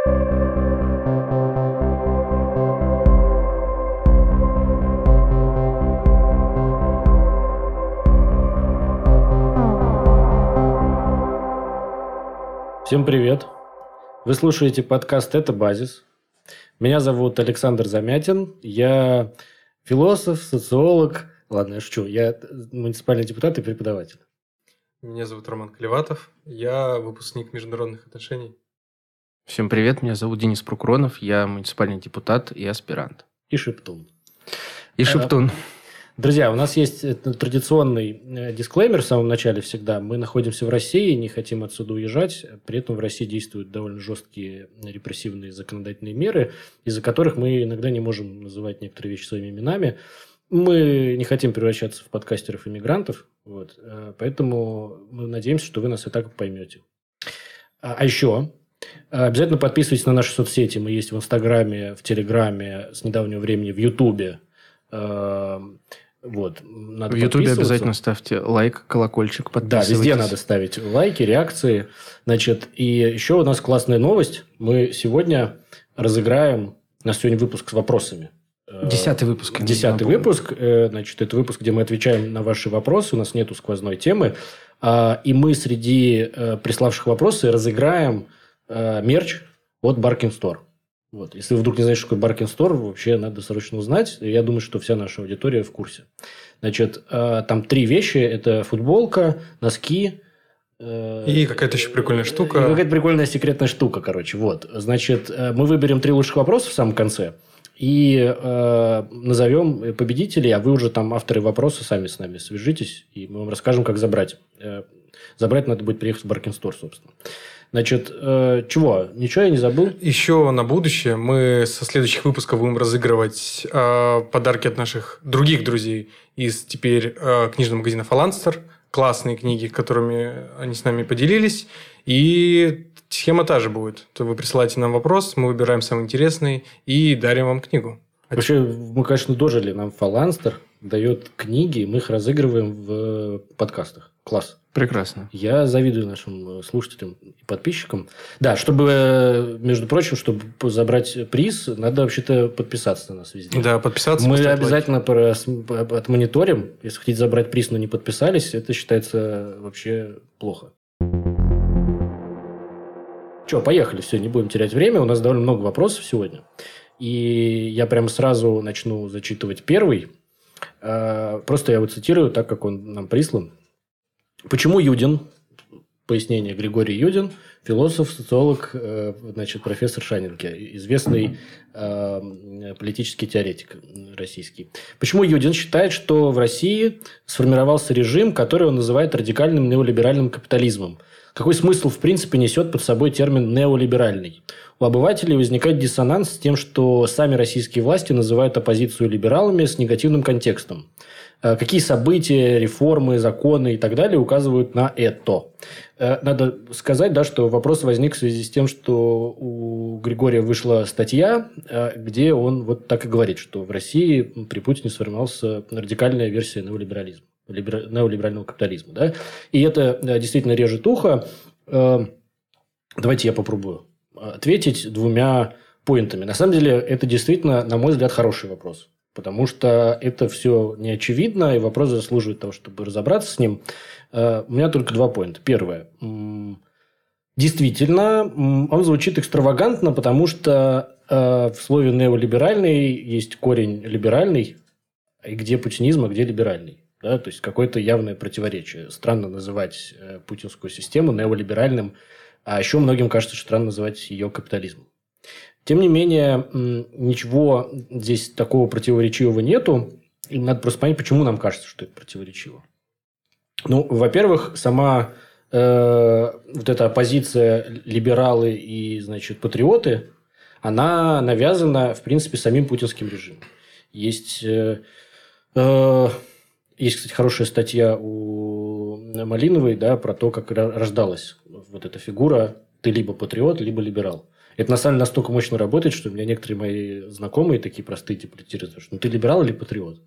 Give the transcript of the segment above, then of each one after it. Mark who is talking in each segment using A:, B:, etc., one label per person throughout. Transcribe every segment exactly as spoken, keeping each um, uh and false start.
A: Всем привет! Вы слушаете подкаст «Это базис». Меня зовут Александр Замятин. Я философ, социолог. Ладно, я шучу. Я муниципальный депутат и преподаватель.
B: Меня зовут Роман Клеватов. Я выпускник международных отношений.
C: Всем привет. Меня зовут Денис Прукронов. Я муниципальный депутат и аспирант.
A: И шептун.
C: И шептун.
A: Друзья, у нас есть традиционный дисклеймер в самом начале всегда. Мы находимся в России, не хотим отсюда уезжать. При этом в России действуют довольно жесткие репрессивные законодательные меры, из-за которых мы иногда не можем называть некоторые вещи своими именами. Мы не хотим превращаться в подкастеров-иммигрантов. Вот. Поэтому мы надеемся, что вы нас и так поймете. А еще обязательно подписывайтесь на наши соцсети. Мы есть в Инстаграме, в Телеграме, с недавнего времени в Ютубе. Вот, надо
C: в Ютубе обязательно ставьте лайк, колокольчик, подписывайтесь.
A: Да, везде надо ставить лайки, реакции. Значит, и еще у нас классная новость. Мы сегодня разыграем... У нас сегодня выпуск с вопросами.
C: Десятый выпуск.
A: Десятый выпуск. Значит, это выпуск, где мы отвечаем на ваши вопросы. У нас нету сквозной темы. И мы среди приславших вопросы разыграем мерч от Barking Store. Вот. Если вы вдруг не знаете, что такое Barking Store, вообще надо срочно узнать. Я думаю, что вся наша аудитория в курсе. Значит, там три вещи. Это футболка, носки.
B: И какая-то еще прикольная штука.
A: И какая-то прикольная секретная штука, короче. Вот. Значит, мы выберем три лучших вопроса в самом конце. И э, назовем победителей, а вы уже там авторы вопроса сами с нами свяжитесь. И мы вам расскажем, как забрать. Э, забрать надо будет приехать в Barking Store, собственно. Значит, э, чего? Ничего я не забыл?
B: Еще на будущее мы со следующих выпусков будем разыгрывать э, подарки от наших других друзей из теперь э, книжного магазина «Фаланстер». Классные книги, которыми они с нами поделились. И схема та же будет. То вы присылаете нам вопрос, мы выбираем самый интересный и дарим вам книгу.
A: Вообще, мы, конечно, дожили. Нам «Фаланстер» дает книги, мы их разыгрываем в подкастах. Класс.
C: Прекрасно.
A: Я завидую нашим слушателям и подписчикам. Да, чтобы, между прочим, чтобы забрать приз, надо вообще-то подписаться на нас везде.
B: Да, подписаться.
A: Мы обязательно отмониторим. Если хотите забрать приз, но не подписались, это считается вообще плохо. Че, поехали, все, не будем терять время. У нас довольно много вопросов сегодня. И я прямо сразу начну зачитывать первый. Просто я его цитирую, так как он нам прислан. Почему Юдин? Пояснение. Григорий Юдин, философ, социолог, значит, профессор Шанинке, известный э, политический теоретик российский. Почему Юдин считает, что в России сформировался режим, который он называет радикальным неолиберальным капитализмом? Какой смысл, в принципе, несет под собой термин «неолиберальный»? У обывателей возникает диссонанс с тем, что сами российские власти называют оппозицию либералами с негативным контекстом. Какие события, реформы, законы и так далее указывают на это? Надо сказать, да, что вопрос возник в связи с тем, что у Григория вышла статья, где он вот так и говорит, что в России при Путине сформировалась радикальная версия неолиберализма, неолиберального капитализма. Да? И это действительно режет ухо. Давайте я попробую ответить двумя поинтами. На самом деле, это действительно, на мой взгляд, хороший вопрос. Потому что это все не очевидно, и вопрос заслуживает того, чтобы разобраться с ним. У меня только два поинта. Первое. Действительно, он звучит экстравагантно, потому что в слове «неолиберальный» есть корень «либеральный», и где путинизм, а где либеральный. Да? То есть, какое-то явное противоречие. Странно называть путинскую систему неолиберальным, а еще многим кажется, что странно называть ее капитализмом. Тем не менее, ничего здесь такого противоречивого нету. И надо просто понять, почему нам кажется, что это противоречиво. Ну, во-первых, сама э, вот эта оппозиция либералы и, значит, патриоты, она навязана, в принципе, самим путинским режимом. Есть, э, э, есть, кстати, хорошая статья у Малиновой, да, про то, как рождалась вот эта фигура «ты либо патриот, либо либерал». Это, на самом деле, настолько мощно работает, что у меня некоторые мои знакомые такие простые типа, ну, ты либерал или патриот?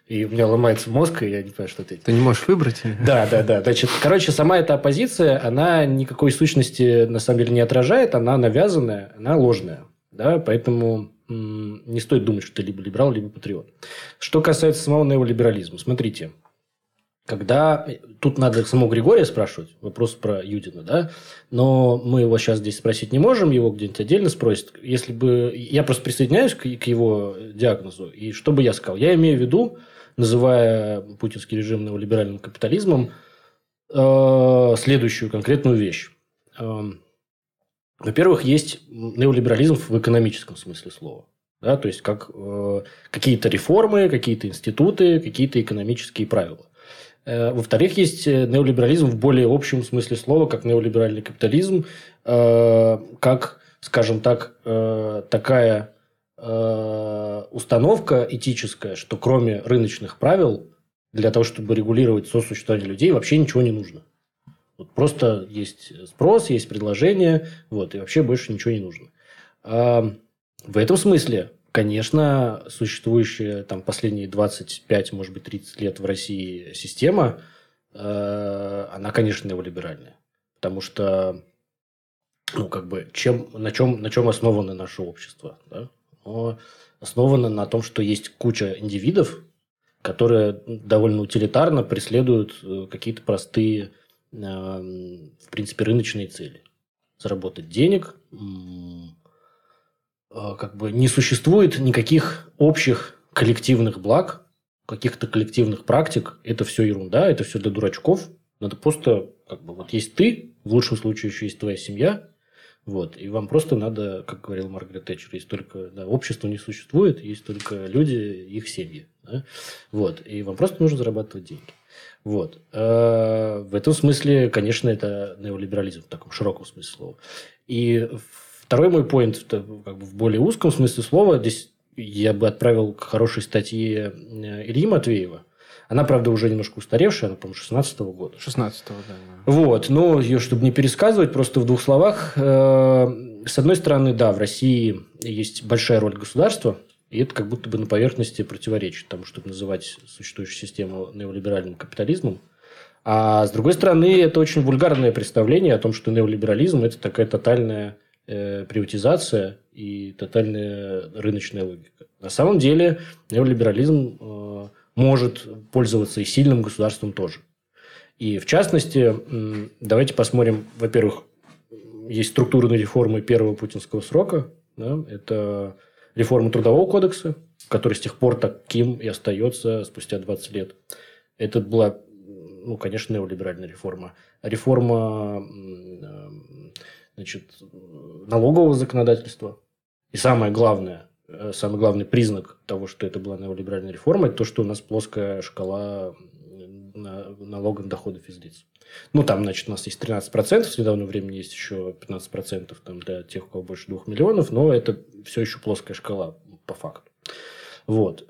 A: И у меня ломается мозг, и я не понимаю, что это.
C: Ты не можешь выбрать?
A: Да, да, да. Значит, короче, сама эта оппозиция, она никакой сущности на самом деле не отражает, она навязанная, она ложная. Да, поэтому м- не стоит думать, что ты либо либерал, либо патриот. Что касается самого неолиберализма, смотрите. Когда... Тут надо самого Григория спрашивать. Вопрос про Юдина, да? Но мы его сейчас здесь спросить не можем. Его где-нибудь отдельно спросят. Если бы... Я просто присоединяюсь к, к его диагнозу. И что бы я сказал? Я имею в виду, называя путинский режим неолиберальным капитализмом, э, следующую конкретную вещь. Э, во-первых, есть неолиберализм в экономическом смысле слова. Да? То есть, как э, какие-то реформы, какие-то институты, какие-то экономические правила. Во-вторых, есть неолиберализм в более общем смысле слова, как неолиберальный капитализм, как, скажем так, такая установка этическая, что кроме рыночных правил для того, чтобы регулировать сосуществование людей, вообще ничего не нужно. Вот просто есть спрос, есть предложение, вот, и вообще больше ничего не нужно. В этом смысле... Конечно, существующая там последние двадцать пять, может быть, тридцать лет в России система, э, она, конечно, неолиберальная. Потому что, ну, как бы, чем, на, чем, на чем основано наше общество? Да? Оно основано на том, что есть куча индивидов, которые довольно утилитарно преследуют какие-то простые, э, в принципе, рыночные цели. Заработать денег, как бы не существует никаких общих коллективных благ, каких-то коллективных практик. Это все ерунда, это все для дурачков. Надо просто, как бы, вот есть ты, в лучшем случае еще есть твоя семья, вот, и вам просто надо, как говорил Маргарет Тэтчер, есть только, да, общество не существует, есть только люди, их семьи. Да? Вот, и вам просто нужно зарабатывать деньги. Вот. В этом смысле, конечно, это неолиберализм в таком широком смысле слова. И второй мой поинт, как бы в более узком смысле слова, здесь я бы отправил к хорошей статье Ильи Матвеева. Она, правда, уже немножко устаревшая, она, по-моему, шестнадцатого года.
C: шестнадцатого, да.
A: Вот, но ее, чтобы не пересказывать, просто в двух словах. С одной стороны, да, в России есть большая роль государства, и это как будто бы на поверхности противоречит тому, чтобы называть существующую систему неолиберальным капитализмом. А с другой стороны, это очень вульгарное представление о том, что неолиберализм – это такая тотальная приватизация и тотальная рыночная логика. На самом деле неолиберализм э, может пользоваться и сильным государством тоже. И в частности, э, давайте посмотрим, во-первых, есть структурные реформы первого путинского срока. Да, это реформа Трудового кодекса, который с тех пор таким и остается спустя двадцать лет. Это была, ну, конечно, неолиберальная реформа. Реформа... Э, Значит, налогового законодательства. И самое главное, самый главный признак того, что это была неолиберальная реформа, это то, что у нас плоская шкала налога на доходы физлиц. Ну, там, значит, у нас есть тринадцать процентов, с недавнего времени есть еще пятнадцать процентов там, для тех, у кого больше двух миллионов, но это все еще плоская шкала по факту. Вот.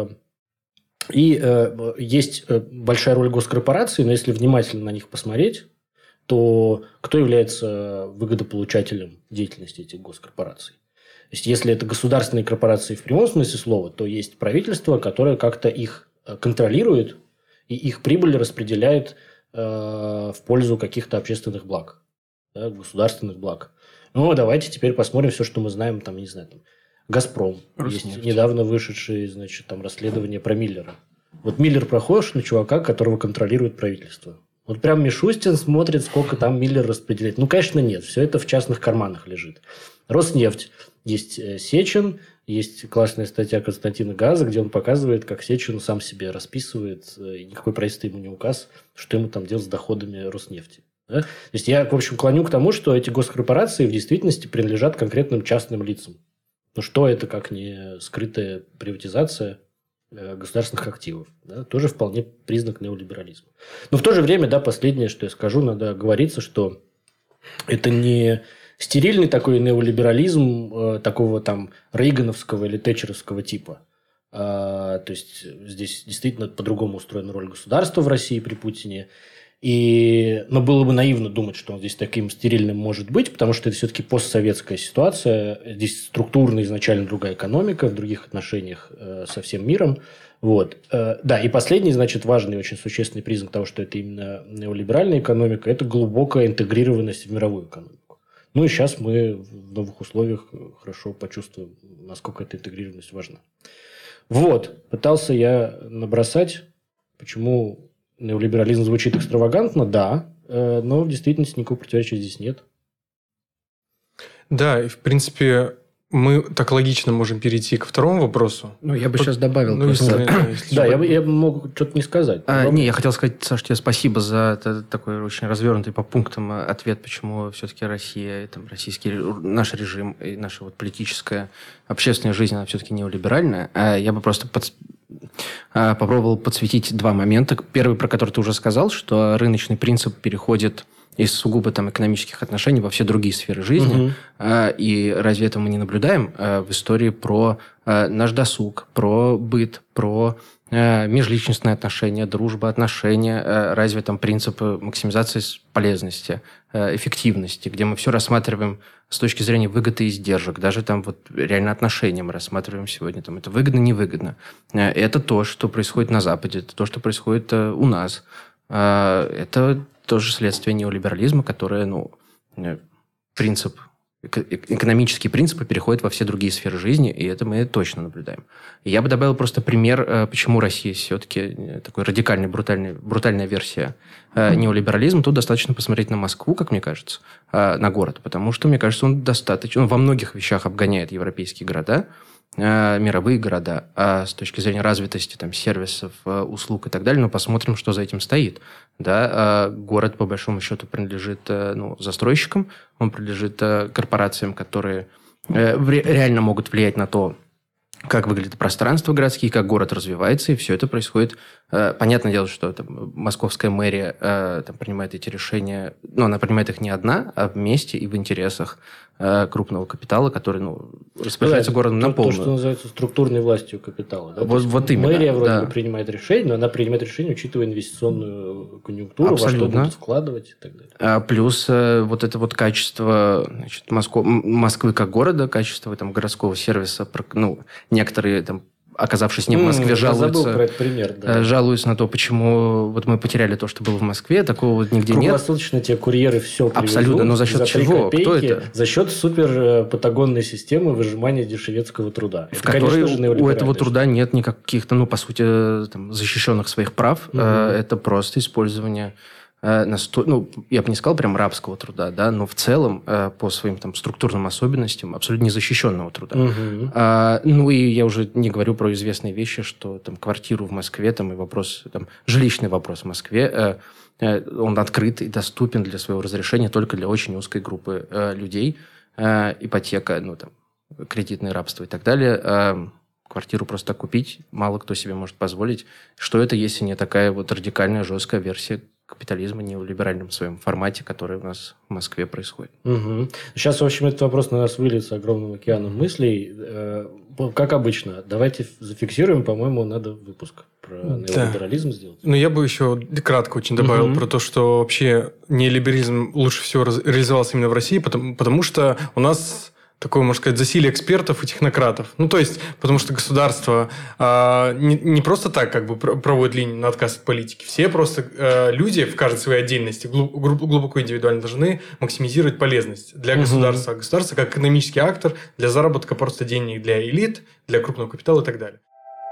A: И есть большая роль госкорпораций, но если внимательно на них посмотреть, то кто является выгодополучателем деятельности этих госкорпораций? То есть, если это государственные корпорации в прямом смысле слова, то есть правительство, которое как-то их контролирует и их прибыль распределяет э, в пользу каких-то общественных благ, да, государственных благ. Ну, давайте теперь посмотрим все, что мы знаем, там, не знаю, там, «Газпром». Роснефть. Есть недавно вышедшие, значит, там, расследования про Миллера. Вот Миллер похож на чувака, которого контролирует правительство. Вот прям Мишустин смотрит, сколько там Миллер распределяет. Ну, конечно, нет. Все это в частных карманах лежит. Роснефть. Есть Сечин. Есть классная статья Константина Газа, где он показывает, как Сечин сам себе расписывает, и никакой правительство ему не указ, что ему там делать с доходами Роснефти. Да? То есть, я, в общем, клоню к тому, что эти госкорпорации в действительности принадлежат конкретным частным лицам. Ну, что это, как не скрытая приватизация государственных активов. Да, тоже вполне признак неолиберализма. Но в то же время, да, последнее, что я скажу, надо оговориться, что это не стерильный такой неолиберализм э, такого там рейгановского или тэтчеровского типа. А, то есть, здесь действительно по-другому устроена роль государства в России при Путине. И, но было бы наивно думать, что он здесь таким стерильным может быть, потому что это все-таки постсоветская ситуация. Здесь структурно изначально другая экономика, в других отношениях э, со всем миром. Вот. Э, да, и последний, значит, важный, очень существенный признак того, что это именно неолиберальная экономика, это глубокая интегрированность в мировую экономику. Ну и сейчас мы в новых условиях хорошо почувствуем, насколько эта интегрированность важна. Вот. Пытался я набросать, почему... Неолиберализм звучит экстравагантно, да, но в действительности никакого противоречия здесь нет.
B: Да, и в принципе мы так логично можем перейти ко второму вопросу.
C: Ну, я бы По... сейчас добавил.
B: Ну,
C: просто...
B: если, если
A: да, я, бы, я мог что-то не сказать.
C: А, не, я хотел сказать, Саша, тебе спасибо за это, такой очень развернутый по пунктам ответ, почему все-таки Россия, там, российский наш режим и наша вот политическая общественная жизнь, она все-таки неолиберальная. А я бы просто под... попробовал подсветить два момента. Первый, про который ты уже сказал, что рыночный принцип переходит из сугубо там, экономических отношений во все другие сферы жизни. Uh-huh. И разве этого мы не наблюдаем в истории про наш досуг, про быт, про межличностные отношения, дружба, отношения, разве там принципы максимизации полезности, эффективности, где мы все рассматриваем с точки зрения выгоды и издержек. Даже там вот реально отношения мы рассматриваем сегодня. Там, это выгодно, невыгодно. Это то, что происходит на Западе, это то, что происходит у нас. Это тоже следствие неолиберализма, которое, ну, принцип, экономические принципы переходят во все другие сферы жизни, и это мы точно наблюдаем. И я бы добавил просто пример, почему Россия все-таки такой радикальная, брутальная, брутальная версия неолиберализма. Тут достаточно посмотреть на Москву, как мне кажется, на город, потому что, мне кажется, он достаточно, он во многих вещах обгоняет европейские города, мировые города, а с точки зрения развитости там, сервисов, услуг и так далее, ну, посмотрим, что за этим стоит. Да? Город, по большому счету, принадлежит ну, застройщикам, он принадлежит корпорациям, которые реально могут влиять на то, как выглядит пространство городские, как город развивается, и все это происходит. Понятное дело, что там, московская мэрия там, принимает эти решения, но она принимает их не одна, а вместе и в интересах крупного капитала, который ну, распоряжается
A: да,
C: городом
A: то,
C: на полную.
A: То, что называется структурной властью капитала. Да?
C: Вот, вот именно.
A: Мэрия вроде
C: да.
A: бы принимает решение, но она принимает решение, учитывая инвестиционную конъюнктуру, абсолютно. Во что будут вкладывать и так далее.
C: А плюс вот это вот качество значит, Москвы, Москвы как города, качество там, городского сервиса, ну, некоторые там оказавшись не в Москве, mm, жалуются,
A: про этот пример, да.
C: жалуются на то, почему вот мы потеряли то, что было в Москве, такого вот нигде нет.
A: Круглосуточно тебе курьеры все привезут.
C: Абсолютно, но за счет за чего?
A: Копейки,
C: кто это?
A: За счет супер патагонной системы выжимания дешевецкого труда.
C: В
A: это,
C: которой конечно, у этого труда нет никаких-то, ну, по сути, там, защищенных своих прав. Mm-hmm. Это просто использование... Насто... Ну, я бы не сказал прям рабского труда, да, но в целом по своим там структурным особенностям абсолютно незащищенного труда.
A: Угу.
C: А, ну и я уже не говорю про известные вещи, что там квартиру в Москве, там и вопрос, там жилищный вопрос в Москве, он открыт и доступен для своего разрешения только для очень узкой группы людей. Ипотека, ну там кредитное рабство и так далее. Квартиру просто так купить мало кто себе может позволить. Что это, если не такая вот радикальная, жесткая версия капитализма неолиберальном в своем формате, который у нас в Москве происходит.
A: Угу. Сейчас, в общем, этот вопрос на нас выльется огромным океаном мыслей. Как обычно, давайте зафиксируем, по-моему, надо выпуск про неолиберализм да. сделать.
B: Ну, я бы еще кратко очень добавил угу. про то, что вообще неолиберализм лучше всего реализовался именно в России, потому, потому что у нас... такое, можно сказать, засилие экспертов и технократов. Ну, то есть, потому что государство э, не, не просто так как бы проводит линию на отказ от политики. Все просто э, люди в каждой своей отдельности глубоко, глубоко индивидуально должны максимизировать полезность для угу. государства. Государство как экономический актор для заработка просто денег для элит, для крупного капитала и так далее.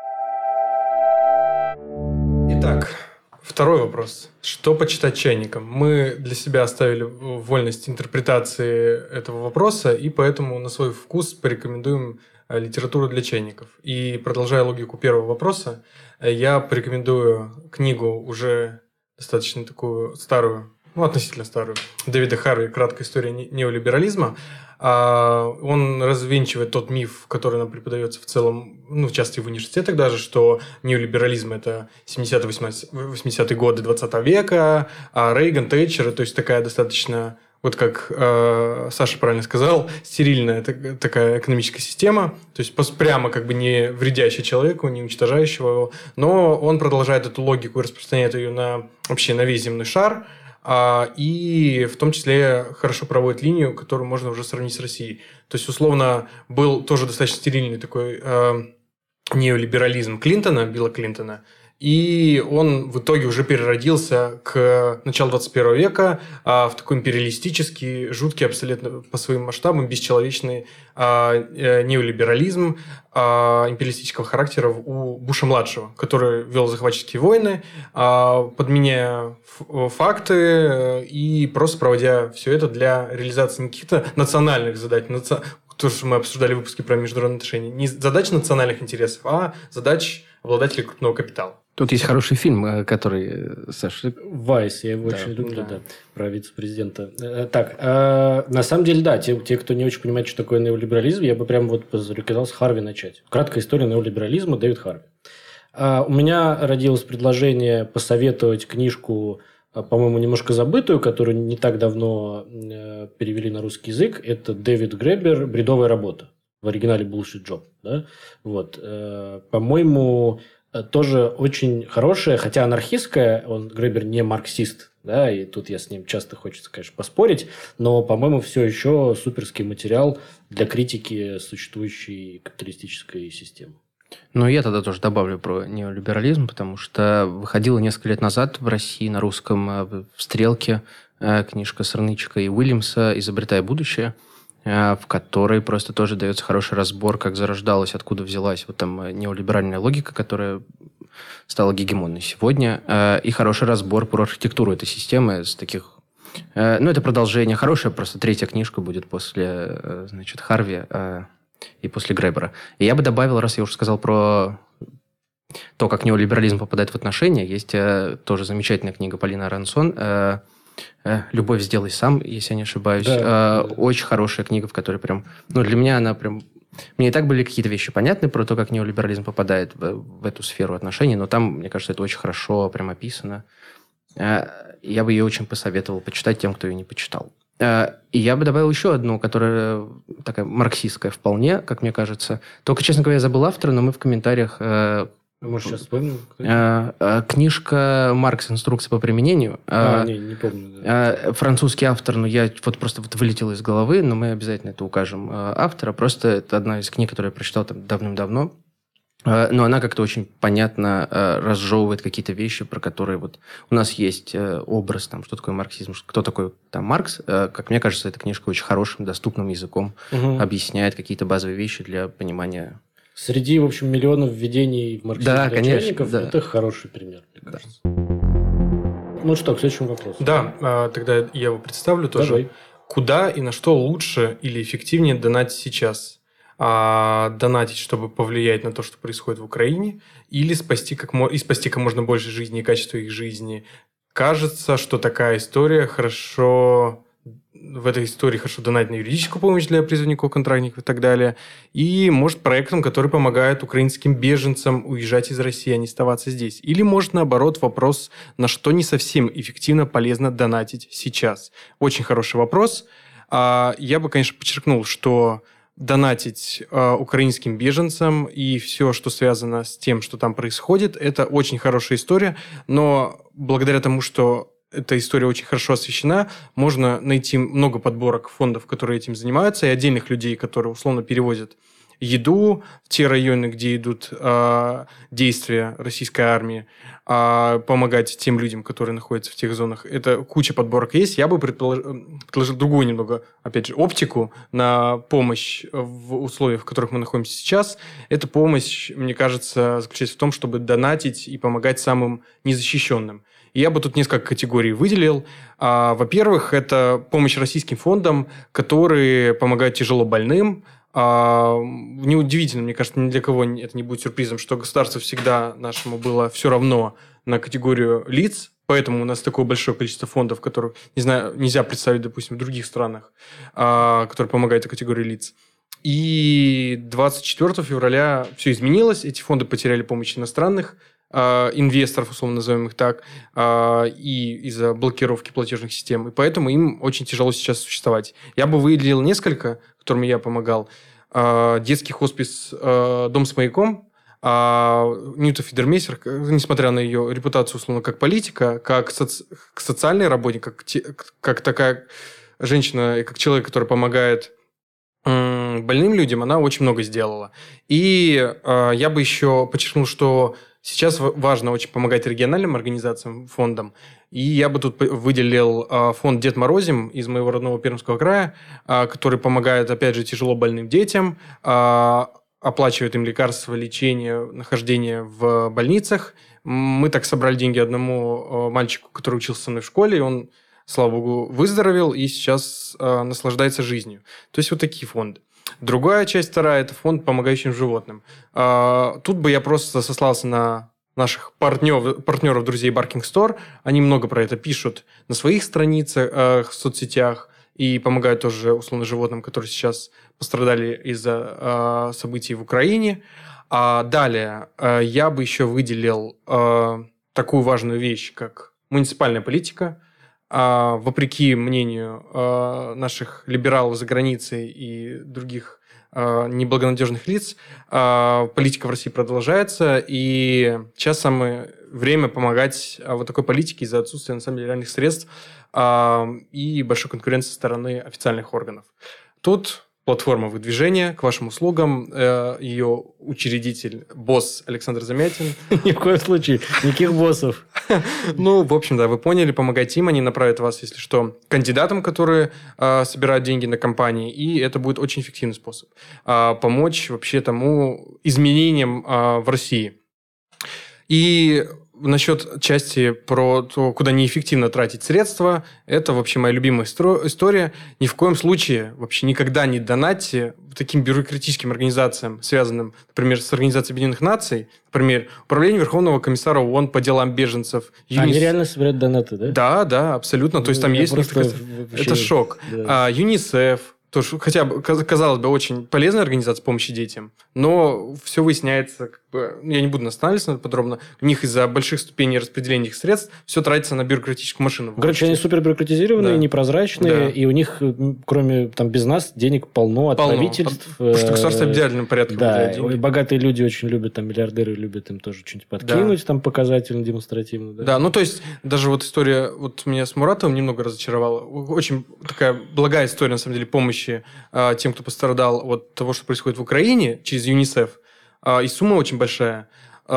B: Итак, второй вопрос. Что почитать чайникам? Мы для себя оставили вольность интерпретации этого вопроса, и поэтому на свой вкус порекомендуем литературу для чайников. И продолжая логику первого вопроса, я порекомендую книгу уже достаточно такую старую, ну, относительно старую, Дэвида Харви «Краткая история неолиберализма». Он развенчивает тот миф, который нам преподается в целом, ну, в частности, в университетах даже, что неолиберализм – это семидесятые-восьмидесятые годы двадцатого века, а Рейган, Тэтчер – то есть такая достаточно Вот как э, Саша правильно сказал, стерильная так, такая экономическая система, то есть прямо как бы не вредящая человеку, не уничтожающего его, но он продолжает эту логику и распространяет ее на, вообще на весь земной шар, а, и в том числе хорошо проводит линию, которую можно уже сравнить с Россией. То есть, условно, был тоже достаточно стерильный такой э, неолиберализм Клинтона, Билла Клинтона, и он в итоге уже переродился к началу двадцать первого века а, в такой империалистический, жуткий абсолютно по своим масштабам, бесчеловечный а, э, неолиберализм а, империалистического характера у Буша-младшего, который вел захватческие войны, а, подменяя ф- факты и просто проводя все это для реализации не каких-то национальных задач, наци... то, что мы обсуждали в выпуске про международные отношения, не задач национальных интересов, а задач обладателей крупного капитала.
C: Тут есть хороший фильм, который, Саша...
A: Вайс, я его
C: Да,
A: очень люблю,
C: да.
A: да, про вице-президента. Э, Так, э, на самом деле, да, те, те, кто не очень понимает, что такое неолиберализм, я бы прямо вот зарекомендовал с Харви начать. Краткая история неолиберализма, Дэвид Харви. А, У меня родилось предложение посоветовать книжку, а, по-моему, немножко забытую, которую не так давно э, перевели на русский язык. Это Дэвид Гребер «Бредовая работа». В оригинале «Bullshit Job». Да? Вот. Э, По-моему, э, тоже очень хорошая, хотя анархистская, он, Гребер, не марксист, да, и тут я с ним часто хочется, конечно, поспорить, но, по-моему, все еще суперский материал для критики существующей капиталистической системы.
C: Ну, я тогда тоже добавлю про неолиберализм, потому что выходила несколько лет назад в России на русском э, в «Стрелке» э, книжка Сырнычика и Уильямса «Изобретая будущее», э, в которой просто тоже дается хороший разбор, как зарождалась, откуда взялась вот там э, неолиберальная логика, которая стала гегемонной сегодня, э, и хороший разбор про архитектуру этой системы с таких... э, Ну, это продолжение. Хорошая просто третья книжка будет после, э, значит, Харви э, и после Гребера. И я бы добавил, раз я уже сказал про то, как неолиберализм попадает в отношения, есть э, тоже замечательная книга Полины Арансон э, э, «Любовь сделай сам», если я не ошибаюсь.
A: Да,
C: Э,
A: да.
C: Очень хорошая книга, в которой прям... Ну, для меня она прям... Мне и так были какие-то вещи понятны про то, как неолиберализм попадает в, в эту сферу отношений, но там, мне кажется, это очень хорошо прям описано. Э, Я бы ее очень посоветовал почитать тем, кто ее не почитал. Э, И я бы добавил еще одну, которая такая марксистская вполне, как мне кажется. Только, честно говоря, я забыл автора, но мы в комментариях... э,
A: Может, сейчас вспомним? кто это?
C: э, э, Книжка «Маркс. Инструкция по применению».
A: А,
C: Э,
A: не, не помню. Да.
C: э, Французский автор, но я вот просто вот вылетел из головы, но мы обязательно это укажем э, автора. Просто это одна из книг, которую я прочитал там давным-давно. Э, Но она как-то очень понятно э, разжевывает какие-то вещи, про которые вот у нас есть э, образ, там, что такое марксизм, что- кто такой там Маркс. Э, Как мне кажется, эта книжка очень хорошим, доступным языком
A: Мгм.
C: объясняет какие-то базовые вещи для понимания.
A: Среди, в общем, миллионов введений в марксизм
C: Да,
A: для
C: конечно,
A: чайников,
C: да.
A: это хороший пример, мне кажется. Ну что, к следующему вопросу.
B: Да, а, тогда я его представлю тоже.
A: Давай.
B: Куда и на что лучше или эффективнее донатить сейчас? А, донатить, чтобы повлиять на то, что происходит в Украине, или спасти как, мо- и спасти как можно больше жизни и качества их жизни? Кажется, что такая история хорошо... В этой истории хорошо донатить на юридическую помощь для призывников, контрактников и так далее. И, может, проектам, которые помогают украинским беженцам уезжать из России, а не оставаться здесь. Или, может, наоборот, вопрос, на что не совсем эффективно полезно донатить сейчас. Очень хороший вопрос. А, Я бы, конечно, подчеркнул, что донатить а, украинским беженцам и все, что связано с тем, что там происходит, это очень хорошая история. Но благодаря тому, что эта история очень хорошо освещена, можно найти много подборок фондов, которые этим занимаются, и отдельных людей, которые условно перевозят еду в те районы, где идут э, действия российской армии, э, помогать тем людям, которые находятся в тех зонах. Это куча подборок есть. Я бы предположил, предложил другую немного, опять же, оптику на помощь в условиях, в которых мы находимся сейчас. Эта помощь, мне кажется, заключается в том, чтобы донатить и помогать самым незащищенным. И я бы тут несколько категорий выделил. А, во-первых, это помощь российским фондам, которые помогают тяжело больным. А, неудивительно, мне кажется, ни для кого это не будет сюрпризом, что государство всегда нашему было все равно на категорию лиц, поэтому у нас такое большое количество фондов, которых, не знаю, нельзя представить, допустим, в других странах, а, которые помогают этой категории лиц. И двадцать четвёртого февраля все изменилось, эти фонды потеряли помощь иностранных э, инвесторов, условно назовем их так, э, и из-за блокировки платежных систем. И поэтому им очень тяжело сейчас существовать. Я бы выделил несколько, которым я помогал. Э, детский хоспис э, «Дом с маяком». А Нюта Фидермейстер, несмотря на ее репутацию, условно, как политика, как соци... социальный работник, как, те... как такая женщина, как человек, который помогает м- больным людям, она очень много сделала. И э, я бы еще подчеркнул, что сейчас важно очень помогать региональным организациям, фондам. И я бы тут выделил э, фонд «Дед Морозим» из моего родного Пермского края, э, который помогает, опять же, тяжело больным детям, э, оплачивает им лекарства, лечение, нахождение в больницах. Мы так собрали деньги одному мальчику, который учился со мной в школе, и он, слава богу, выздоровел и сейчас э, наслаждается жизнью. То есть вот такие фонды. Другая часть, вторая, это фонд «Помогающим животным». Э, тут бы я просто сослался на наших партнеров, партнеров друзей Barking Store. Они много про это пишут на своих страницах, э, в соцсетях, и помогают тоже, условно, животным, которые сейчас пострадали из-за э, событий в Украине. А далее э, я бы еще выделил э, такую важную вещь, как муниципальная политика. Э, вопреки мнению э, наших либералов за границей и других э, неблагонадежных лиц, э, политика в России продолжается, и сейчас самое время помогать э, вот такой политике из-за отсутствия, на самом деле, реальных средств и большой конкуренции со стороны официальных органов. Тут платформа выдвижения к вашим услугам. Ее учредитель, босс Александр Замятин.
A: Ни в коем случае. Никаких боссов.
B: Ну, в общем, да, вы поняли. Помогайте им. Они направят вас, если что, кандидатам, которые собирают деньги на компании. И это будет очень эффективный способ помочь вообще тому изменениям в России. И насчет части про то, куда неэффективно тратить средства, это вообще моя любимая история. Ни в коем случае вообще никогда не донатьте таким бюрократическим организациям, связанным, например, с Организацией Объединенных Наций, например, Управление Верховного комиссара ООН по делам беженцев.
A: Юнис... Они реально собирают донаты, да?
B: Да, да, абсолютно. То есть там
A: Я
B: есть...
A: просто...
B: Это шок. Да. А, ЮНИСЕФ, тоже, хотя бы, казалось бы, очень полезная организация помощи детям, но все выясняется, как бы, я не буду останавливаться подробно, у них из-за больших ступеней распределения их средств все тратится на бюрократическую машину.
A: Короче, они супер бюрократизированные, да. непрозрачные, да. и у них, кроме там без нас, денег полно от полно. правительств.
B: Потому что государство в идеальном порядке
A: да, деньги. Богатые люди очень любят, там, миллиардеры любят им тоже что-нибудь подкинуть, да. там, показательно, демонстративно. Да?
B: да, ну, то есть, даже вот история, вот меня с Муратовым немного разочаровала. Очень такая благая история, на самом деле, помощи тем, кто пострадал от того, что происходит в Украине через ЮНИСЕФ. И сумма очень большая.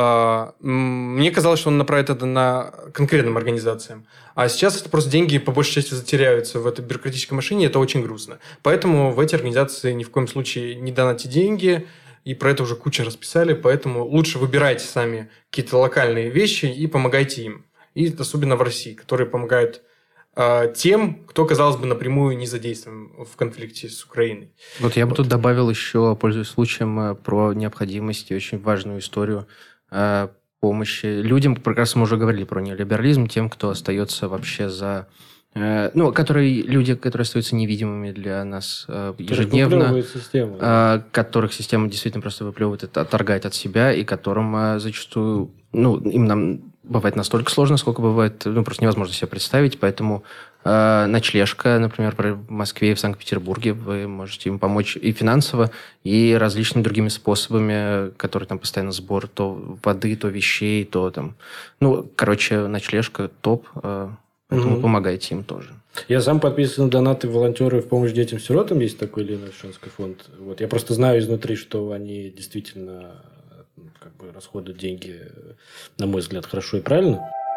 B: Мне казалось, что он направит это на конкретным организациям. А сейчас это просто деньги по большей части затеряются в этой бюрократической машине, и это очень грустно. Поэтому в эти организации ни в коем случае не донатьте деньги, и про это уже куча расписали, поэтому лучше выбирайте сами какие-то локальные вещи и помогайте им. И особенно в России, которые помогают тем, кто, казалось бы, напрямую не задействован в конфликте с Украиной.
C: Вот я бы вот. тут добавил еще, пользуясь случаем, про необходимость и очень важную историю помощи людям. Прекрасно мы уже говорили про неолиберализм, тем, кто остается вообще за... Ну, которые, люди, которые остаются невидимыми для нас ежедневно,
A: систему,
C: да. которых система действительно просто выплевывает, это отторгает от себя, и которым зачастую, ну, им нам бывает настолько сложно, сколько бывает, ну, просто невозможно себе представить, поэтому э, ночлежка, например, в Москве и в Санкт-Петербурге, вы можете им помочь и финансово, и различными другими способами, которые там постоянно сбор то воды, то вещей, то там, ну, короче, ночлежка топ, э, поэтому угу. помогайте им тоже.
A: Я сам подписан на донаты волонтеры в помощь детям-сиротам, есть такой Ленинский фонд. Вот. Я просто знаю изнутри, что они действительно... как бы расходуют деньги, на мой взгляд, хорошо и правильно.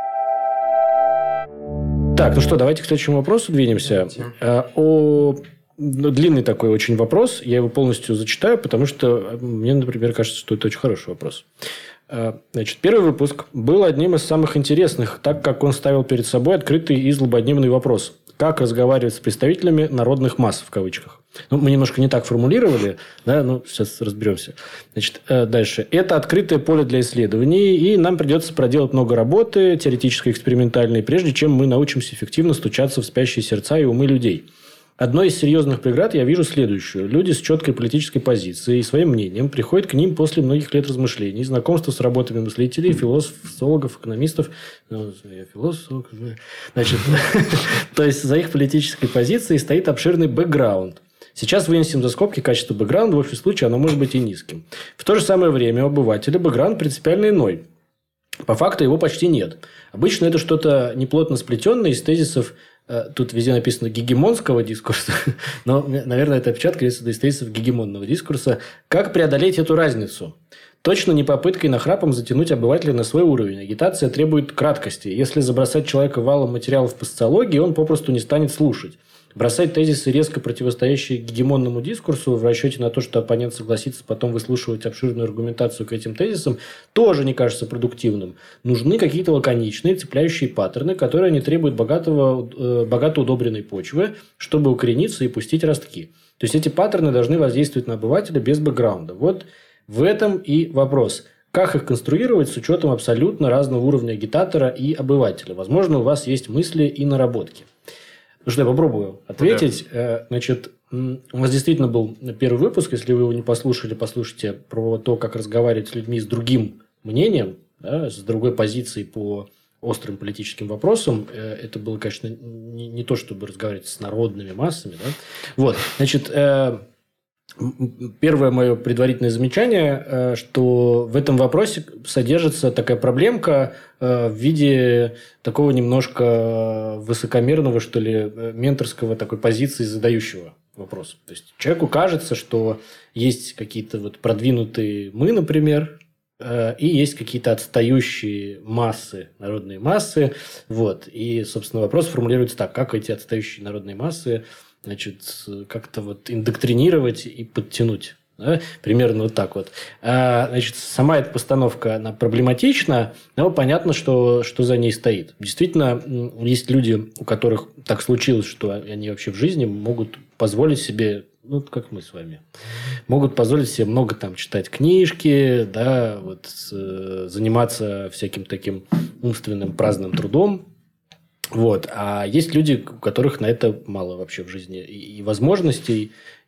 A: Так, ну что, давайте к следующему вопросу двинемся. А, о... ну, длинный такой очень вопрос. Я его полностью зачитаю, потому что мне, например, кажется, что это очень хороший вопрос. А, значит, первый выпуск был одним из самых интересных, так как он ставил перед собой открытый и злободневный вопрос. Как разговаривать с представителями народных масс, в кавычках. Ну, мы немножко не так формулировали, да, ну, сейчас разберемся. Значит, дальше. Это открытое поле для исследований, и нам придется проделать много работы, теоретической, экспериментальной, прежде чем мы научимся эффективно стучаться в спящие сердца и умы людей. Одной из серьезных преград я вижу следующую. Люди с четкой политической позицией и своим мнением приходят к ним после многих лет размышлений, знакомства с работами мыслителей, философов, социологов, экономистов. Ну, я философ. Значит, то есть за их политической позицией стоит обширный бэкграунд. Сейчас вынесем за скобки качество бэкграунда, в общем случае оно может быть и низким. В то же самое время у обывателя бэкграунд принципиально иной. По факту его почти нет. Обычно это что-то неплотно сплетенное из тезисов, тут везде написано гегемонского дискурса, но, наверное, это опечатка из тезисов гегемонного дискурса. Как преодолеть эту разницу? Точно не попыткой нахрапом затянуть обывателя на свой уровень. Агитация требует краткости. Если забросать человека валом материалов по социологии, он попросту не станет слушать. Бросать тезисы, резко противостоящие гегемонному дискурсу, в расчете на то, что оппонент согласится потом выслушивать обширную аргументацию к этим тезисам, тоже не кажется продуктивным. Нужны какие-то лаконичные, цепляющие паттерны, которые не требуют богатого, э, богато удобренной почвы, чтобы укорениться и пустить ростки. То есть, эти паттерны должны воздействовать на обывателя без бэкграунда. Вот в этом и вопрос. Как их конструировать с учетом абсолютно разного уровня агитатора и обывателя? Возможно, у вас есть мысли и наработки. Ну что, я попробую ответить. Да. Значит, у нас действительно был первый выпуск. Если вы его не послушали, послушайте про то, как разговаривать с людьми с другим мнением, да, с другой позицией по острым политическим вопросам. Это было, конечно, не, не то, чтобы разговаривать с народными массами. Да? Вот, значит... Первое мое предварительное замечание, что в этом вопросе содержится такая проблемка в виде такого немножко высокомерного, что ли, менторского такой позиции задающего вопрос. То есть, человеку кажется, что есть какие-то вот продвинутые мы, например, и есть какие-то отстающие массы, народные массы. Вот. И, собственно, вопрос формулируется так: как эти отстающие народные массы, значит, как-то вот индоктринировать и подтянуть. Да? Примерно вот так вот. А, значит, сама эта постановка, она проблематична, но понятно, что, что за ней стоит. Действительно, есть люди, у которых так случилось, что они вообще в жизни могут позволить себе, ну, как мы с вами, могут позволить себе много там читать книжки, да, вот, заниматься всяким таким умственным праздным трудом. Вот. А есть люди, у которых на это мало вообще в жизни и, и возможностей,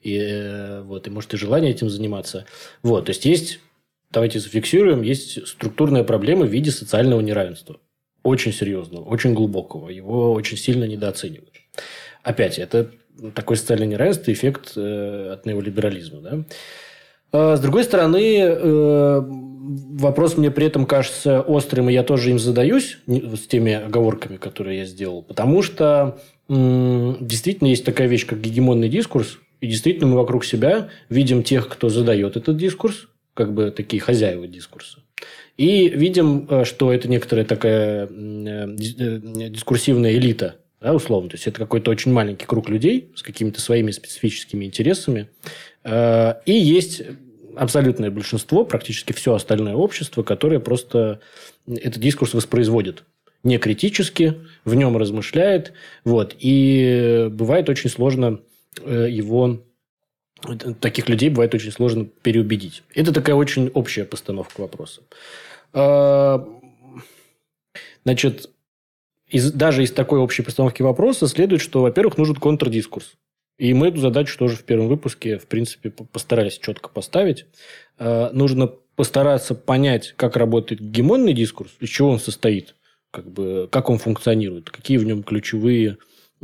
A: и, вот, и, может, и желания этим заниматься. Вот. То есть, есть, давайте зафиксируем, есть структурная проблема в виде социального неравенства. Очень серьезного, очень глубокого. Его очень сильно недооценивают. Опять, это такое социальное неравенство, эффект э, от неолиберализма. Да? А, с другой стороны, э, вопрос мне при этом кажется острым, и я тоже им задаюсь с теми оговорками, которые я сделал. Потому что м- действительно есть такая вещь, как гегемонный дискурс. И действительно мы вокруг себя видим тех, кто задает этот дискурс, как бы такие хозяева дискурса. И видим, что это некоторая такая дискурсивная элита, да, условно. То есть, это какой-то очень маленький круг людей с какими-то своими специфическими интересами. И есть абсолютное большинство, практически все остальное общество, которое просто этот дискурс воспроизводит. Не критически, в нем размышляет. Вот, и бывает очень сложно его... Таких людей бывает очень сложно переубедить. Это такая очень общая постановка вопроса. Значит, из, даже из такой общей постановки вопроса следует, что, во-первых, нужен контрдискурс. И мы эту задачу тоже в первом выпуске, в принципе, постарались четко поставить. Нужно постараться понять, как работает гегемонный дискурс, из чего он состоит, как бы, как он функционирует, какие в нем ключевые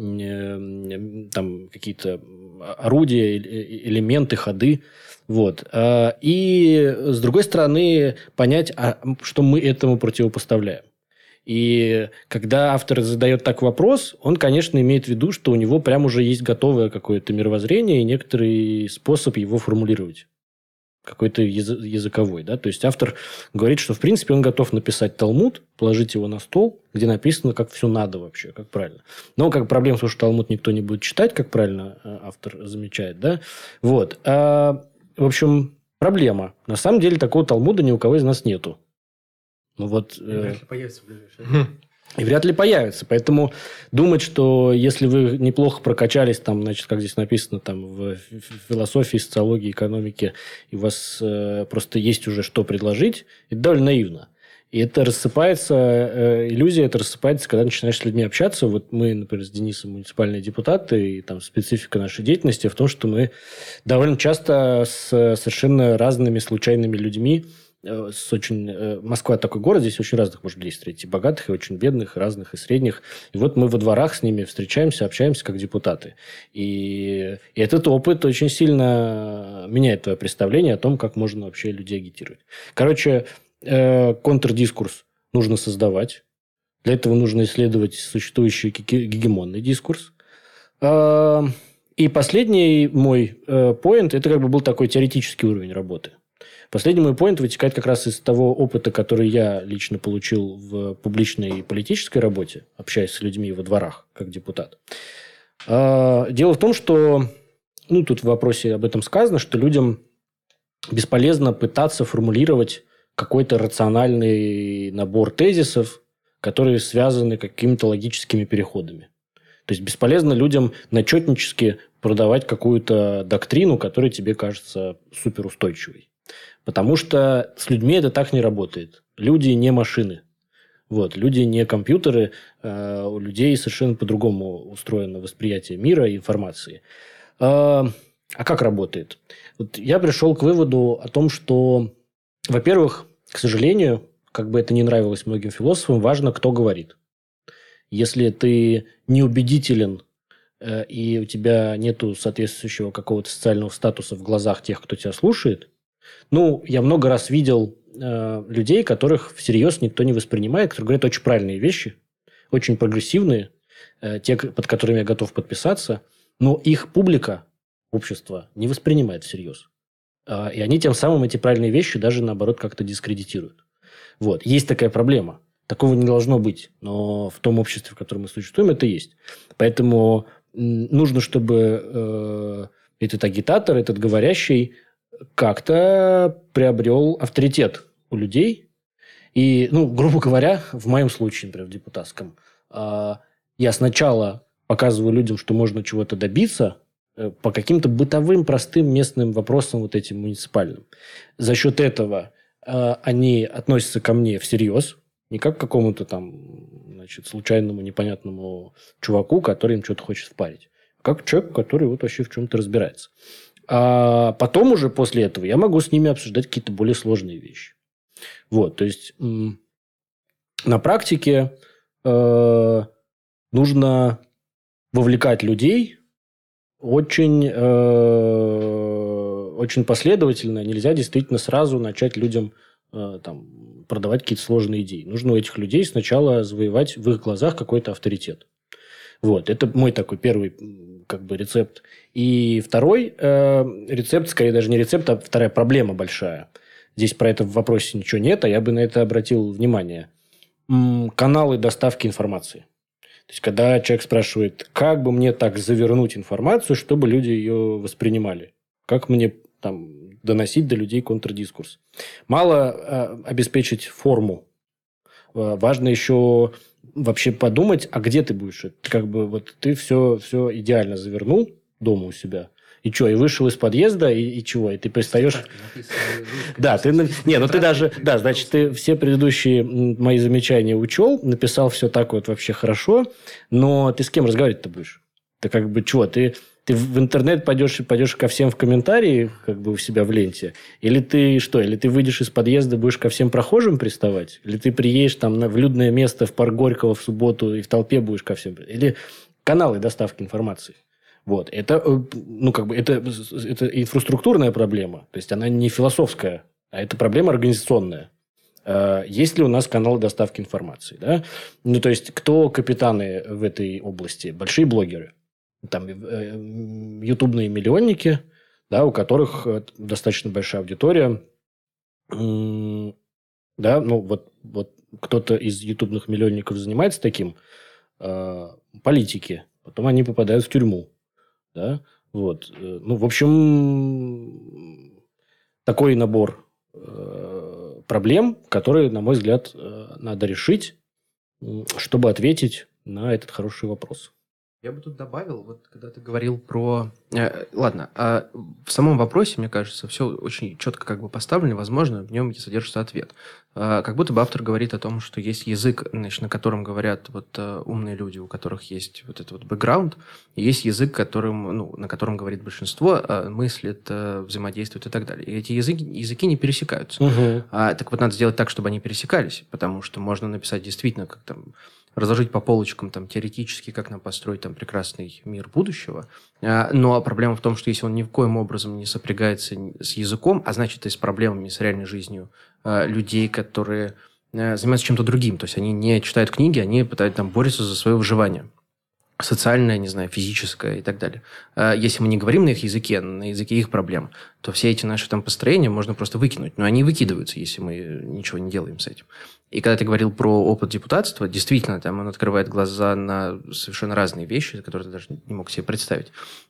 A: там какие-то орудия, элементы, ходы. Вот. И, с другой стороны, понять, что мы этому противопоставляем. И когда автор задает так вопрос, он, конечно, имеет в виду, что у него прям уже есть готовое какое-то мировоззрение и некоторый способ его формулировать. Какой-то языковой. Да? То есть, автор говорит, что, в принципе, он готов написать Талмуд, положить его на стол, где написано, как все надо вообще, как правильно. Но как проблема, что Талмуд никто не будет читать, как правильно автор замечает. Да? Вот. А, в общем, проблема. На самом деле, такого Талмуда ни у кого из нас нету. Ну, вот,
C: и вряд ли появится в ближайшее время.
A: И вряд ли появится. Поэтому думать, что если вы неплохо прокачались, там, значит, как здесь написано, там, в философии, социологии, экономике, и у вас э, просто есть уже что предложить, это довольно наивно. И это рассыпается, э, иллюзия это рассыпается, когда начинаешь с людьми общаться. Вот мы, например, с Денисом муниципальные депутаты, и там специфика нашей деятельности в том, что мы довольно часто с совершенно разными случайными людьми, э, с очень... Э, Москва такой город, здесь очень разных может людей встретить. И богатых, и очень бедных, и разных, и средних. И вот мы во дворах с ними встречаемся, общаемся как депутаты. И, и этот опыт очень сильно меняет твое представление о том, как можно вообще людей агитировать. Короче... контрдискурс нужно создавать. Для этого нужно исследовать существующий гегемонный дискурс. И последний мой поинт, это как бы был такой теоретический уровень работы. Последний мой поинт вытекает как раз из того опыта, который я лично получил в публичной и политической работе, общаясь с людьми во дворах, как депутат. Дело в том, что, ну, тут в вопросе об этом сказано, что людям бесполезно пытаться формулировать какой-то рациональный набор тезисов, которые связаны какими-то логическими переходами. То есть, бесполезно людям начетнически продавать какую-то доктрину, которая тебе кажется суперустойчивой. Потому что с людьми это так не работает. Люди не машины. Вот. Люди не компьютеры. А у людей совершенно по-другому устроено восприятие мира и информации. А, а как работает? Вот я пришел к выводу о том, что во-первых, к сожалению, как бы это ни нравилось многим философам, важно, кто говорит. Если ты неубедителен, э, и у тебя нету соответствующего какого-то социального статуса в глазах тех, кто тебя слушает, ну, я много раз видел э, людей, которых всерьез никто не воспринимает, которые говорят очень правильные вещи, очень прогрессивные, э, те, под которыми я готов подписаться, но их публика, общество, не воспринимает всерьез. И они тем самым эти правильные вещи даже, наоборот, как-то дискредитируют. Вот. Есть такая проблема. Такого не должно быть. Но в том обществе, в котором мы существуем, это есть. Поэтому нужно, чтобы э, этот агитатор, этот говорящий как-то приобрел авторитет у людей. И, ну, грубо говоря, в моем случае, например, в депутатском, э, я сначала показываю людям, что можно чего-то добиться по каким-то бытовым, простым местным вопросам, вот этим муниципальным. За счет этого э, они относятся ко мне всерьез, не как к какому-то там, значит, случайному, непонятному чуваку, который им что-то хочет впарить, а как человек, который вот вообще в чем-то разбирается. А потом уже после этого я могу с ними обсуждать какие-то более сложные вещи. Вот, то есть м- на практике э, нужно вовлекать людей очень, э, очень последовательно. Нельзя действительно сразу начать людям э, там, продавать какие-то сложные идеи. Нужно у этих людей сначала завоевать в их глазах какой-то авторитет. Вот. Это мой такой первый как бы, рецепт. И второй э, рецепт, скорее даже не рецепт, а вторая проблема большая. Здесь про это в вопросе ничего нет, а я бы на это обратил внимание. М- каналы доставки информации. То есть, когда человек спрашивает, как бы мне так завернуть информацию, чтобы люди ее воспринимали? Как мне там, доносить до людей контрдискурс? Мало э, обеспечить форму. Э, важно еще вообще подумать, а где ты будешь? Как бы вот ты все, все идеально завернул дома у себя. И что, и вышел из подъезда, и, и чего? И ты пристаешь... Да, ты... Не, ну ты даже... Да, значит, ты все предыдущие мои замечания учел, написал все так вот вообще хорошо, но ты с кем разговаривать-то будешь? Ты как бы чего? Ты, ты в интернет пойдешь, пойдешь ко всем в комментарии, как бы у себя в ленте? Или ты что? Или ты выйдешь из подъезда, будешь ко всем прохожим приставать? Или ты приедешь там на, в людное место в парк Горького в субботу и в толпе будешь ко всем... Или каналы доставки информации? Вот. Это, ну, как бы, это, это инфраструктурная проблема. То есть, она не философская, а это проблема организационная. Есть ли у нас каналы доставки информации? Да? Ну, то есть, кто капитаны в этой области? Большие блогеры. Там ютубные миллионники, да, у которых достаточно большая аудитория. Да, ну, вот, вот кто-то из ютубных миллионников занимается таким. Политики. Потом они попадают в тюрьму. Да? Вот. Ну, в общем, такой набор э, проблем, которые, на мой взгляд, э, надо решить, чтобы ответить на этот хороший вопрос.
C: Я бы тут добавил, вот когда ты говорил про... Э, ладно, а в самом вопросе, мне кажется, все очень четко как бы поставлено, возможно, в нем содержится ответ. А, как будто бы автор говорит о том, что есть язык, значит, на котором говорят вот э, умные люди, у которых есть вот этот вот бэкграунд, и есть язык, которым, ну, на котором говорит большинство, э, мыслит, э, взаимодействует и так далее. И эти языки, языки не пересекаются.
A: Угу.
C: А, так вот, надо сделать так, чтобы они пересекались, потому что можно написать действительно, как там... разложить по полочкам там, теоретически, как нам построить там, прекрасный мир будущего. Но проблема в том, что если он ни в коем образом не сопрягается с языком, а значит и с проблемами, с реальной жизнью людей, которые занимаются чем-то другим, то есть они не читают книги, они пытаются там, бороться за свое выживание. Социальное, не знаю, физическое и так далее. Если мы не говорим на их языке, на языке их проблем, то все эти наши там построения можно просто выкинуть. Но они выкидываются, если мы ничего не делаем с этим. И когда ты говорил про опыт депутатства, действительно, там он открывает глаза на совершенно разные вещи, которые ты даже не мог себе представить.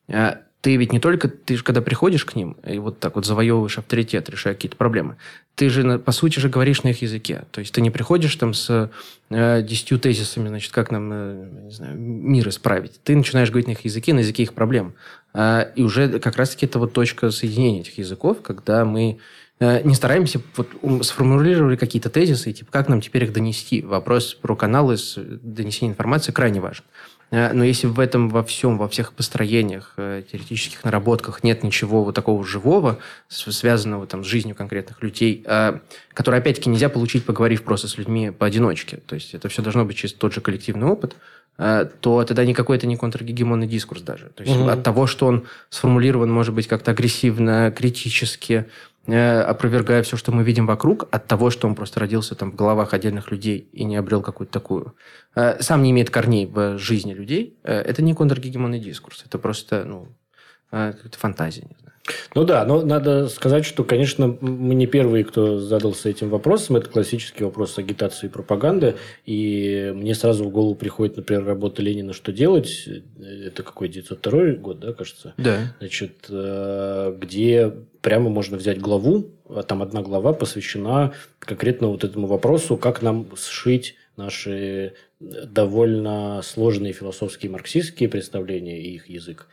C: Ты ведь не только... Ты же, когда приходишь к ним и вот так вот завоевываешь авторитет, решая какие-то проблемы, ты же, по сути же, говоришь на их языке. То есть ты не приходишь там с э, десятью тезисами, значит, как нам, э, не знаю, мир исправить. Ты начинаешь говорить на их языке, на языке их проблем. Э, и уже как раз-таки это вот точка соединения этих языков, когда мы э, не стараемся... Вот, um, сформулировали какие-то тезисы, и типа, как нам теперь их донести? Вопрос про каналы с донесения информации крайне важен. Но если в этом во всем, во всех построениях, теоретических наработках нет ничего вот такого живого, связанного там, с жизнью конкретных людей, который, опять-таки, нельзя получить, поговорив просто с людьми поодиночке, то есть это все должно быть через тот же коллективный опыт, то тогда никакой это не контргегемонный дискурс даже. То есть угу. от того, что он сформулирован, может быть, как-то агрессивно, критически, опровергая все, что мы видим вокруг, от того, что он просто родился там в головах отдельных людей и не обрел какую-то такую... Сам не имеет корней в жизни людей, это не контргегемонный дискурс. Это просто, ну, какая-то фантазия, не знаю.
A: Ну да, но надо сказать, что, конечно, мы не первые, кто задался этим вопросом. Это классический вопрос агитации и пропаганды. И мне сразу в голову приходит, например, работа Ленина «Что делать?». Это какой, девятьсот второй год, да, кажется?
C: Да.
A: Значит, где прямо можно взять главу, а там одна глава посвящена конкретно вот этому вопросу, как нам сшить наши довольно сложные философские марксистские представления и их язык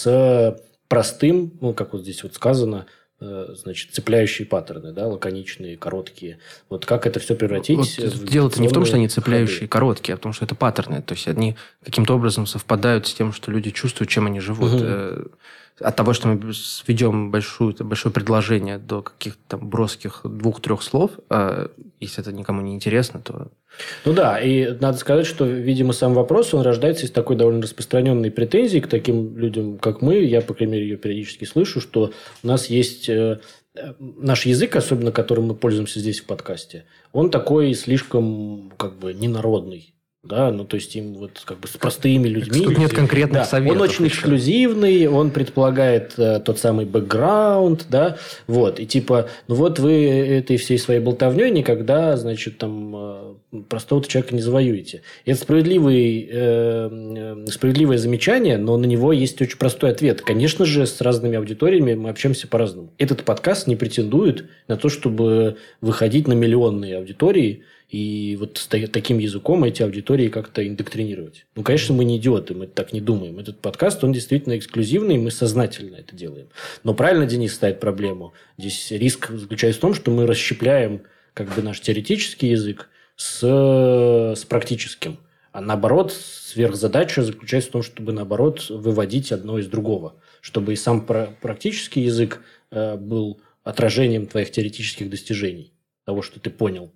A: с простым, ну, как вот здесь вот сказано, значит, цепляющие паттерны, да, лаконичные, короткие. Вот как это все превратить
C: вот
A: в...
C: Дело-то не в том, что они цепляющие,
A: ходы.
C: короткие, а в том, что это паттерны. То есть, они каким-то образом совпадают с тем, что люди чувствуют, чем они живут. Угу. От того, что мы сведем большую, большое предложение до каких-то там броских двух-трех слов, а если это никому не интересно, то...
A: Ну да, и надо сказать, что, видимо, сам вопрос, он рождается из такой довольно распространенной претензии к таким людям, как мы. Я, по крайней мере, ее периодически слышу, что у нас есть... Э, наш язык, особенно которым мы пользуемся здесь в подкасте, он такой слишком как бы ненародный. Да, ну, то есть, им вот как бы с простыми людьми...
C: Тут нет конкретных
A: да,
C: советов.
A: Он очень еще. эксклюзивный, он предполагает э, тот самый бэкграунд, да, вот, и типа, ну, вот вы этой всей своей болтовней никогда, значит, там, э, простого человека не завоюете. И это справедливый, э, справедливое замечание, но на него есть очень простой ответ. Конечно же, с разными аудиториями мы общаемся по-разному. Этот подкаст не претендует на то, чтобы выходить на миллионные аудитории, и вот с таким языком эти аудитории как-то индоктринировать. Ну, конечно, мы не идиоты, мы так не думаем. Этот подкаст, он действительно эксклюзивный, мы сознательно это делаем. Но правильно Денис ставит проблему. Здесь риск заключается в том, что мы расщепляем как бы наш теоретический язык с, с практическим. А наоборот, сверхзадача заключается в том, чтобы, наоборот, выводить одно из другого. Чтобы и сам практический язык э, был отражением твоих теоретических достижений, того, что ты понял.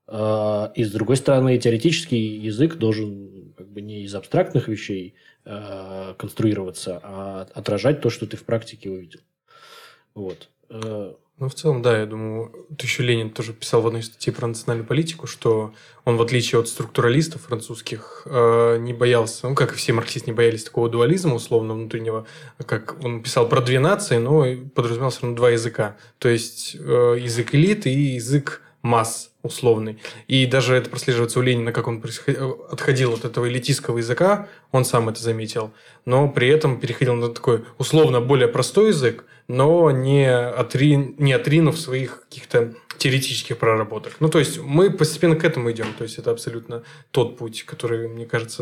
A: И, с другой стороны, теоретический язык должен как бы не из абстрактных вещей э, конструироваться, а отражать то, что ты в практике увидел. Вот.
B: Ну, в целом, да, я думаю, вот еще Ленин тоже писал в одной статье про национальную политику, что он, в отличие от структуралистов французских, э, не боялся, ну, как и все марксисты, не боялись такого дуализма условно внутреннего, как он писал про две нации, но подразумевал все равно два языка. То есть, э, язык элиты и язык масс условный. И даже это прослеживается у Ленина, как он отходил от этого элитистского языка, он сам это заметил, но при этом переходил на такой условно более простой язык, но не, отри... не отринув своих каких-то теоретических проработок. Ну, то есть, мы постепенно к этому идем. То есть, это абсолютно тот путь, который, мне кажется,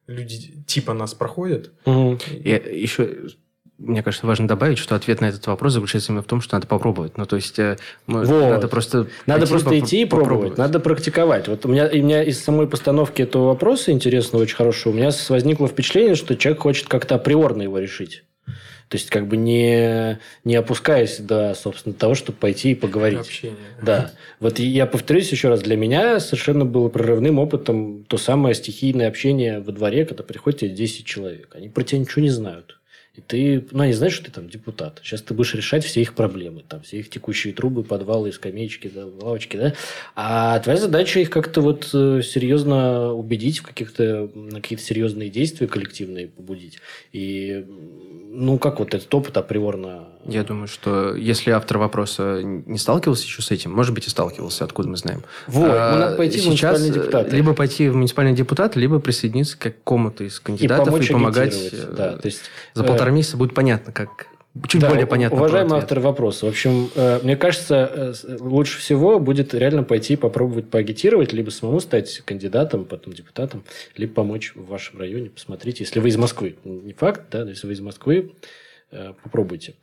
B: люди типа нас проходят.
A: Угу.
C: И еще, мне кажется, важно добавить, что ответ на этот вопрос заключается именно в том, что надо попробовать. Ну, то есть, мы,
A: вот.
C: надо просто...
A: Надо просто поп- идти и пробовать, надо практиковать. Вот у меня, у меня из самой постановки этого вопроса интересного, очень хорошего, у меня возникло впечатление, что человек хочет как-то априорно его решить. То есть, как бы не, не опускаясь до, собственно, того, чтобы пойти и поговорить.
B: Общение.
A: Да. Вот я повторюсь еще раз. Для меня совершенно было прорывным опытом то самое стихийное общение во дворе, когда приходит тебе десять человек. Они про тебя ничего не знают. И ты, ну, они знают, что ты там депутат. Сейчас ты будешь решать все их проблемы. Там, все их текущие трубы, подвалы, скамеечки, да, лавочки. Да? А твоя задача их как-то вот серьезно убедить в каких-то, на какие-то серьезные действия коллективные побудить. И, ну, как вот этот опыт априорно...
C: Я думаю, что если автор вопроса не сталкивался еще с этим, может быть, и сталкивался, откуда мы знаем.
A: Вот, а, надо пойти в муниципальные депутаты.
C: Либо пойти в муниципальные депутаты, либо присоединиться к какому-то из кандидатов и, и помогать.
A: Да, то есть,
C: за полтора месяца будет понятно, как... Чуть
A: да,
C: более понятно.
A: Уважаемый автор вопроса. В общем, мне кажется, лучше всего будет реально пойти попробовать поагитировать, либо самому стать кандидатом, потом депутатом, либо помочь в вашем районе. Посмотрите, если вы из Москвы. Не факт, да, но если вы из Москвы, попробуйте.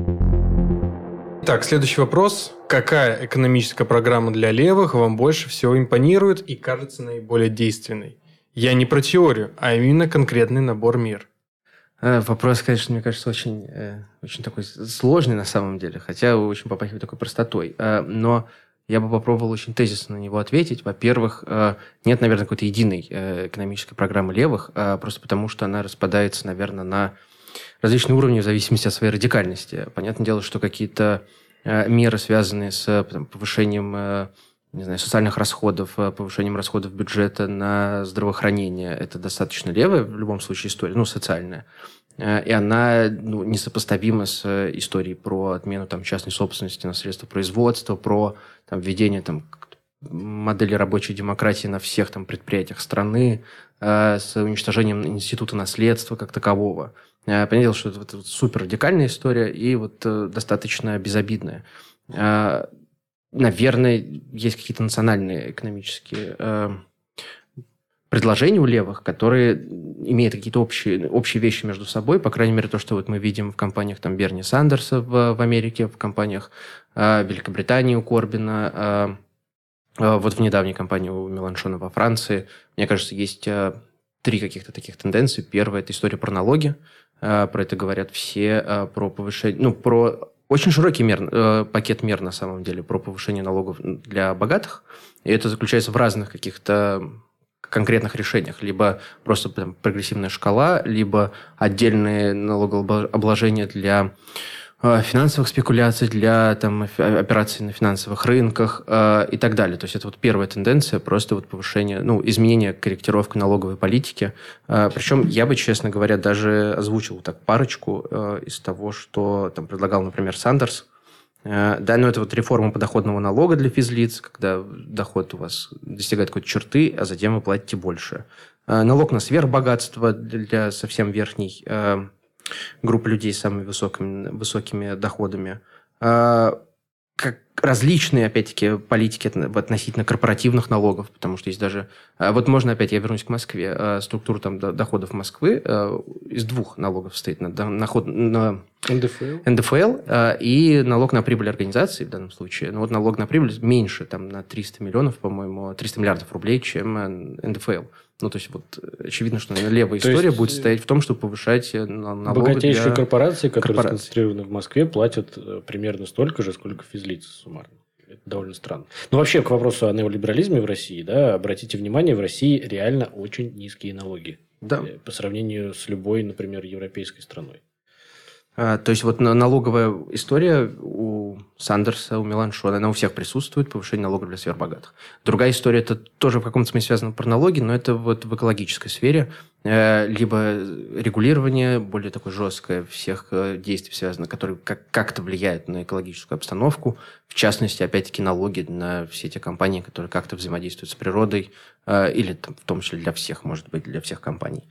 B: Так, следующий вопрос. Какая экономическая программа для левых вам больше всего импонирует и кажется наиболее действенной? Я не про теорию, а именно конкретный набор мер.
C: Вопрос, конечно, мне кажется, очень, очень такой сложный на самом деле, хотя очень попахивает такой простотой. Но я бы попробовал очень тезисно на него ответить. Во-первых, нет, наверное, какой-то единой экономической программы левых, просто потому что она распадается, наверное, на различные уровни в зависимости от своей радикальности. Понятное дело, что какие-то меры, связанные с там, повышением... не знаю, социальных расходов, повышением расходов бюджета на здравоохранение. Это достаточно левая, в любом случае, история, ну, социальная. И она ну, несопоставима с историей про отмену там, частной собственности на средства производства, про там, введение там, модели рабочей демократии на всех там, предприятиях страны, с уничтожением института наследства как такового. Понятное дело, что это, это вот супер радикальная история и вот достаточно безобидная. Наверное, есть какие-то национальные экономические э, предложения у левых, которые имеют какие-то общие, общие вещи между собой. По крайней мере, то, что вот мы видим в компаниях там, Берни Сандерса в, в Америке, в компаниях э, Великобритании у Корбина, э, э, вот в недавней кампании у Меланшона во Франции. Мне кажется, есть э, три каких-то таких тенденции. Первая – это история про налоги. Э, про это говорят все. Э, про повышение... Ну, про... Очень широкий мер, э, пакет мер, на самом деле, про повышение налогов для богатых. И это заключается в разных каких-то конкретных решениях. Либо просто там, прогрессивная шкала, либо отдельные налогообложения для э, финансовых спекуляций, для там, операций на финансовых рынках э, и так далее. То есть это вот первая тенденция, просто вот повышение, ну, изменение, корректировка налоговой политики. Э, причем я бы, честно говоря, даже озвучил так парочку э, из того, что там предлагал, например, Сандерс. Э, да, ну это вот реформа подоходного налога для физлиц, когда доход у вас достигает какой-то черты, а затем вы платите больше. Э, налог на сверхбогатство для совсем верхней э, группы людей с самыми высокими, высокими доходами. Как различные, опять-таки, политики относительно корпоративных налогов, потому что есть даже... Вот можно опять, я вернусь к Москве. Структура там, доходов Москвы из двух налогов состоит. На, на, на
A: эн дэ эф эл.
C: эн дэ эф эл и налог на прибыль организации в данном случае. Но вот налог на прибыль меньше, там, на триста миллионов, по-моему, триста миллиардов рублей, чем эн дэ эф эл. Ну, то есть, вот, очевидно, что наверное, левая то история будет стоять в том, чтобы повышать налоги.
A: Богатейшие для... корпорации, которые
C: корпорации.
A: сконцентрированы в Москве, платят примерно столько же, сколько физлицы суммарно. Это довольно странно. Но вообще, к вопросу о неолиберализме в России, да, обратите внимание, в России реально очень низкие налоги.
C: Да.
A: По сравнению с любой, например, европейской страной.
C: А, то есть, вот налоговая история у Сандерса, у Меланшона, она у всех присутствует, повышение налогов для сверхбогатых. Другая история, это тоже в каком-то смысле связано про налоги, но это вот в экологической сфере. Либо регулирование более такое жесткое всех действий, связанных, которые как- как-то влияют на экологическую обстановку. В частности, опять-таки, налоги на все те компании, которые как-то взаимодействуют с природой, или там, в том числе для всех, может быть, для всех компаний.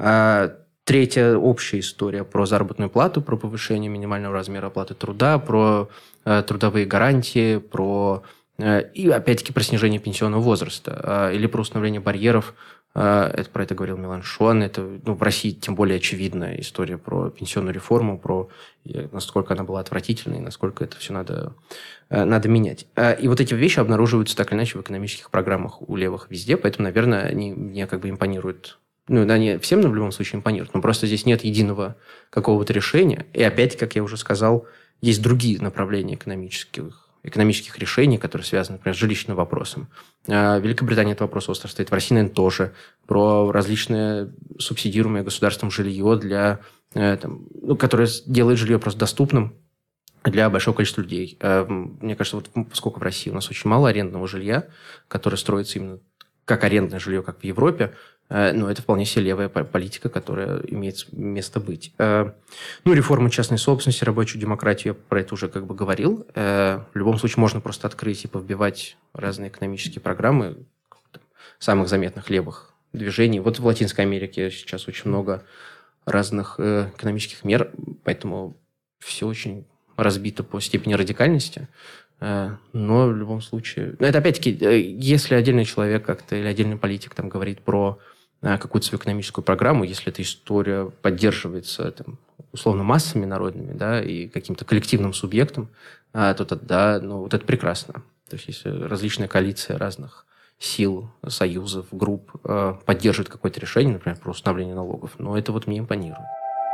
C: Третья общая история про заработную плату, про повышение минимального размера оплаты труда, про э, трудовые гарантии, про э, и опять-таки про снижение пенсионного возраста э, или про установление барьеров Это, про это говорил Меланшон. Это, ну, в России тем более очевидная история про пенсионную реформу, про насколько она была отвратительной, насколько это все надо, надо менять. И вот эти вещи обнаруживаются так или иначе в экономических программах у левых везде, поэтому, наверное, они мне как бы импонируют. Ну, они всем в любом случае импонируют, но просто здесь нет единого какого-то решения. И опять, как я уже сказал, есть другие направления экономических экономических решений, которые связаны, например, с жилищным вопросом. В Великобритании этот вопрос остро стоит, в России, наверное, тоже. Про различные субсидируемое государством жилье, для, там, ну, которое делает жилье просто доступным для большого количества людей. Мне кажется, вот поскольку в России у нас очень мало арендного жилья, которое строится именно как арендное жилье, как в Европе, ну, это вполне себе левая политика, которая имеет место быть. Ну, реформа частной собственности, рабочую демократию, я про это уже как бы говорил. В любом случае можно просто открыть и повбивать разные экономические программы самых заметных левых движений. Вот в Латинской Америке сейчас очень много разных экономических мер, поэтому все очень разбито по степени радикальности. Но в любом случае... Это опять-таки, если отдельный человек как-то или отдельный политик там говорит про какую-то свою экономическую программу, если эта история поддерживается там, условно массами народными, да, и каким-то коллективным субъектом, то тогда, ну, вот это прекрасно. То есть если различная коалиция разных сил, союзов, групп поддерживает какое-то решение, например, про установление налогов, ну, это вот мне импонирует.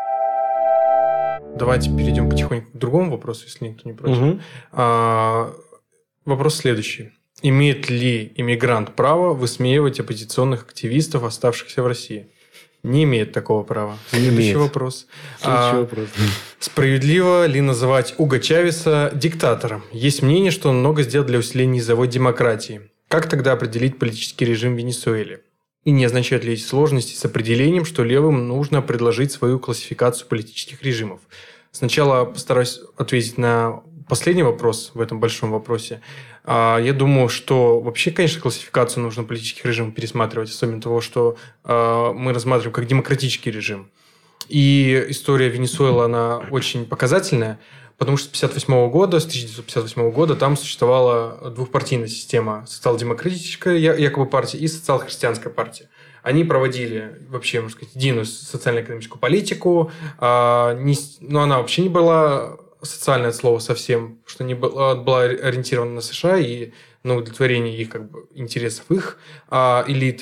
B: Давайте перейдем потихоньку к другому вопросу, если никто не против. Угу. А, вопрос следующий. Имеет ли иммигрант право высмеивать оппозиционных активистов, оставшихся в России? Не имеет такого права. Следующий вопрос.
A: Следующий а, вопрос.
B: Справедливо ли называть Уго Чавеса диктатором? Есть мнение, что он много сделал для усиления низовой демократии. Как тогда определить политический режим в Венесуэле? И не означают ли эти сложности с определением, что левым нужно предложить свою классификацию политических режимов? Сначала постараюсь ответить на последний вопрос в этом большом вопросе. Я думаю, что вообще, конечно, классификацию нужно политических режимов пересматривать, особенно того, что мы рассматриваем как демократический режим. И история Венесуэлы, она очень показательная, потому что с тысяча девятьсот пятьдесят восьмого года, с тысяча девятьсот пятьдесят восьмого года там существовала двухпартийная система: социал-демократическая якобы партия и социал-христианская партия. Они проводили вообще, можно сказать, единую социально-экономическую политику, но она вообще не была социальное слово совсем, что не была, была ориентирована на США и на удовлетворение их как бы интересов их а, элит.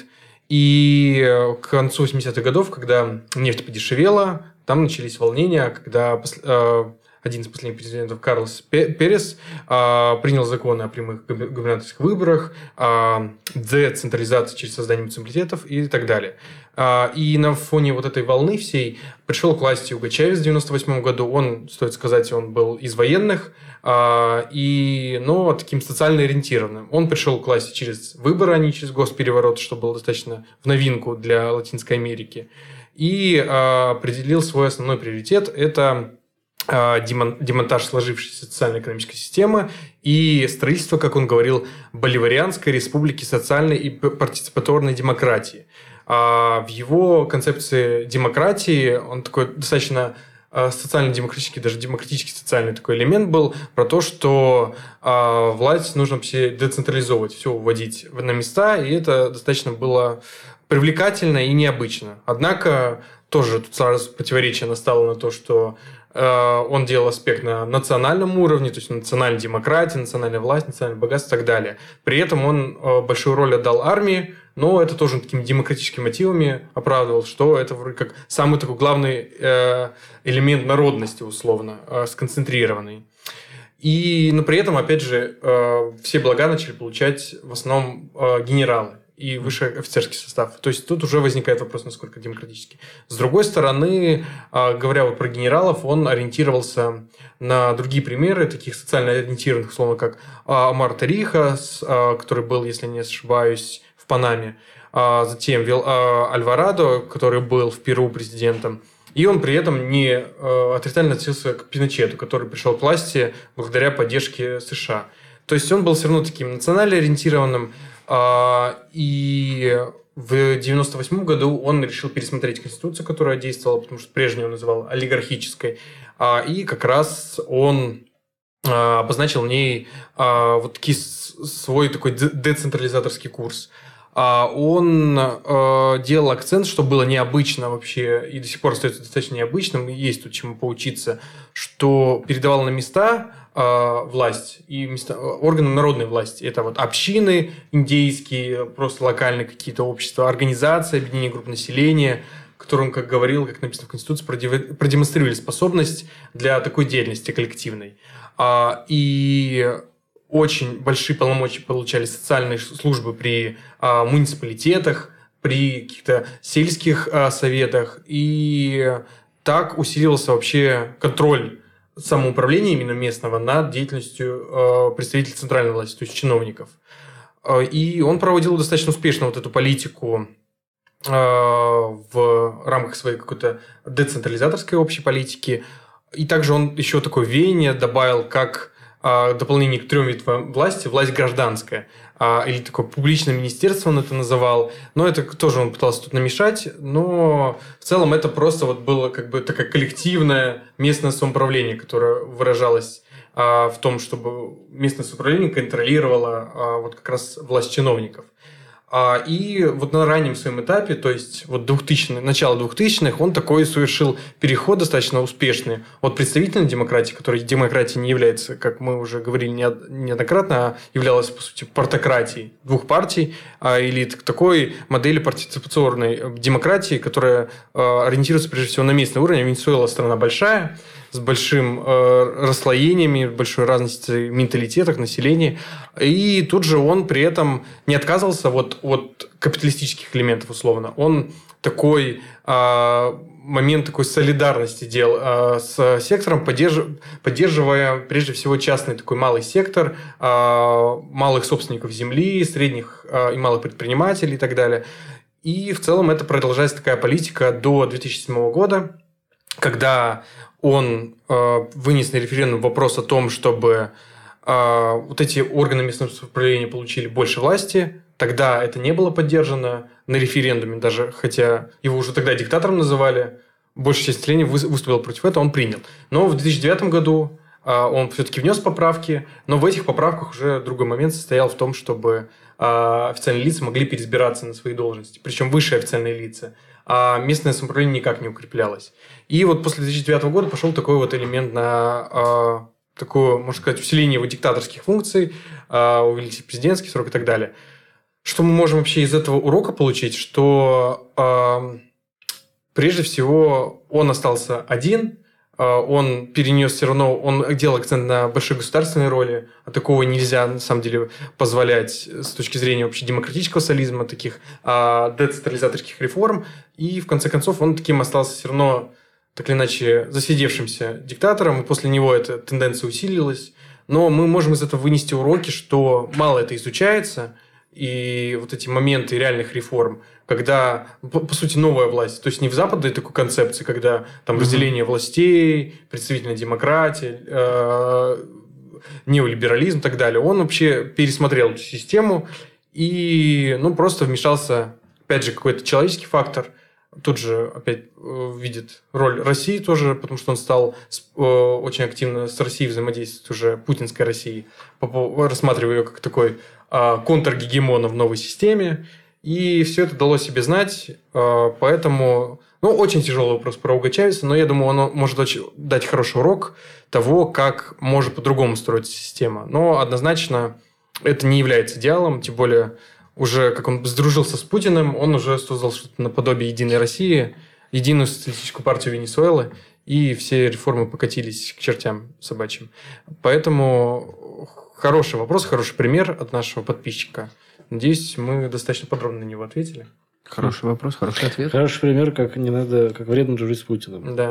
B: И к концу восьмидесятых годов, когда нефть подешевела, там начались волнения, когда а, один из последних президентов, Карлос Перес, а, принял законы о прямых губернаторских выборах, а, децентрализации через создание муниципалитетов и так далее. А, и на фоне вот этой волны всей пришел к власти Уго Чавес в девяносто восьмом году. Он, стоит сказать, он был из военных, а, и, но таким социально ориентированным. Он пришел к власти через выборы, а не через госпереворот, что было достаточно в новинку для Латинской Америки. И а, определил свой основной приоритет – это демонтаж сложившейся социально-экономической системы и строительство, как он говорил, боливарианской республики социальной и партиципаторной демократии. А в его концепции демократии он такой достаточно социально-демократический, даже демократический социальный такой элемент был про то, что власть нужно все децентрализовывать, все уводить на места, и это достаточно было привлекательно и необычно. Однако тоже тут сразу противоречие настало на то, что он делал аспект на национальном уровне, то есть национальной демократии, национальной власти, национальное богатство и так далее. При этом он большую роль отдал армии, но это тоже такими демократическими мотивами оправдывал, что это вроде как самый такой главный элемент народности, условно, сконцентрированный. И, но при этом, опять же, все блага начали получать в основном генералы и высший офицерский состав. То есть тут уже возникает вопрос, насколько демократический. С другой стороны, говоря вот про генералов, он ориентировался на другие примеры, таких социально ориентированных, словно как Омар Тарихас, который был, если не ошибаюсь, в Панаме, затем Альварадо, который был в Перу президентом. И он при этом не отрицательно относился к Пиночету, который пришел к власти благодаря поддержке США. То есть он был все равно таким национально ориентированным. И в девяносто восьмом году он решил пересмотреть конституцию, которая действовала, потому что прежнюю он называл олигархической. И как раз он обозначил в ней вот такой свой такой децентрализаторский курс. он э, делал акцент, что было необычно вообще, и до сих пор остается достаточно необычным, и есть тут чему поучиться, что передавал на места э, власть и места, органы народной власти. Это вот общины индейские, просто локальные какие-то общества, организации, объединения групп населения, которым, как говорил, как написано в Конституции, продемонстрировали способность для такой деятельности коллективной. И очень большие полномочия получали социальные службы при а, муниципалитетах, при каких-то сельских а, советах. И так усиливался вообще контроль самоуправления именно местного над деятельностью а, представителей центральной власти, то есть чиновников. А, и он проводил достаточно успешно вот эту политику а, в рамках своей какой-то децентрализаторской общей политики. И также он еще такое веяние добавил, как дополнение к трем видам власти, власть гражданская, или такое публичное министерство он это называл, но это тоже он пытался тут намешать, но в целом это просто вот было как бы такое коллективное местное самоуправление, которое выражалось в том, чтобы местное самоуправление контролировало вот как раз власть чиновников. И вот на раннем своем этапе, то есть вот двухтысячные, начало двухтысячных, он такой совершил переход достаточно успешный от представительной демократии, которая демократией не является, как мы уже говорили неоднократно, а являлась, по сути, партократией двух партий, или такой модели партиципационной демократии, которая ориентируется прежде всего на местный уровень. Венесуэла страна большая, с большим э, расслоениями, большой разностью в менталитетах, населения. И тут же он при этом не отказывался вот от капиталистических элементов, условно. Он такой э, момент такой солидарности делал э, с сектором, поддерж... поддерживая прежде всего частный такой малый сектор, э, малых собственников земли, средних э, и малых предпринимателей и так далее. И в целом это продолжается такая политика до две тысячи седьмого года, когда он э, вынес на референдум вопрос о том, чтобы э, вот эти органы местного самоуправления получили больше власти. Тогда это не было поддержано на референдуме, даже хотя его уже тогда диктатором называли. Большая часть населения выступила против этого, он принял. Но в две тысячи девятом году э, он все-таки внес поправки, но в этих поправках уже другой момент состоял в том, чтобы э, официальные лица могли переизбираться на свои должности, причем высшие официальные лица. А местное самоуправление никак не укреплялось. И вот после две тысячи девятого года пошел такой вот элемент на э, такое, можно сказать, усиление его диктаторских функций, э, увеличить президентский срок и так далее. Что мы можем вообще из этого урока получить? Что э, прежде всего он остался один, э, он перенес все равно, он делал акцент на большой государственной роли, а такого нельзя на самом деле позволять с точки зрения общедемократического социализма, таких э, децентрализаторских реформ. И в конце концов он таким остался все равно так или иначе засидевшимся диктатором, и после него эта тенденция усилилась. Но мы можем из этого вынести уроки, что мало это изучается, и вот эти моменты реальных реформ, когда, по, по сути, новая власть, то есть не в западной такой концепции, когда там разделение mm-hmm. властей, представительная демократия, э, неолиберализм и так далее, он вообще пересмотрел эту систему и ну, просто вмешался, опять же, какой-то человеческий фактор. Тут же опять э, видит роль России тоже, потому что он стал э, очень активно с Россией взаимодействовать, уже путинской Россией, рассматривая ее как такой э, контргегемона в новой системе. И все это дало себе знать. Э, поэтому, ну, очень тяжелый вопрос про Уго Чавеса, но я думаю, он может очень дать хороший урок того, как может по-другому строиться система. Но однозначно это не является идеалом, тем более уже как он сдружился с Путиным, он уже создал что-то наподобие Единой России, Единую социалистическую партию Венесуэлы, и все реформы покатились к чертям собачьим. Поэтому хороший вопрос, хороший пример от нашего подписчика. Надеюсь, мы достаточно подробно на него ответили.
C: Хороший вопрос, хороший ответ.
A: Хороший пример, как не надо, как вредно дружить с Путиным.
B: Да.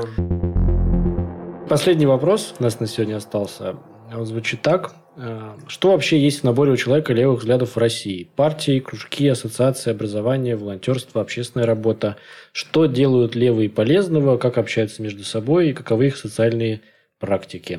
A: Последний вопрос у нас на сегодня остался. Он звучит так. Что вообще есть в наборе у человека левых взглядов в России? Партии, кружки, ассоциации, образование, волонтерство, общественная работа. Что делают левые полезного, как общаются между собой и каковы их социальные практики?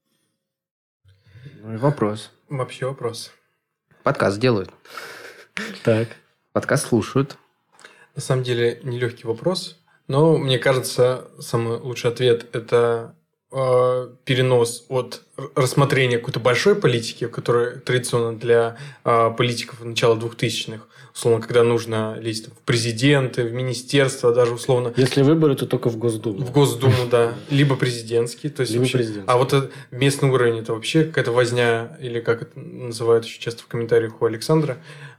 C: Ну и вопрос.
B: Вообще вопрос.
C: Подкаст делают.
A: Так.
C: Подкаст слушают.
B: На самом деле, нелегкий вопрос. Но мне кажется, самый лучший ответ – это э, перенос от рассмотрения какой-то большой политики, которая традиционно для э, политиков начала двухтысячных, условно, когда нужно лезть в президенты, в министерства, даже условно.
A: Если выборы, то только в Госдуму.
B: В Госдуму, да. Либо президентский. То есть
A: Либо
B: вообще...
A: президентский.
B: А вот это, местный уровень, это вообще какая-то возня, или как это называют еще часто в комментариях у Александра.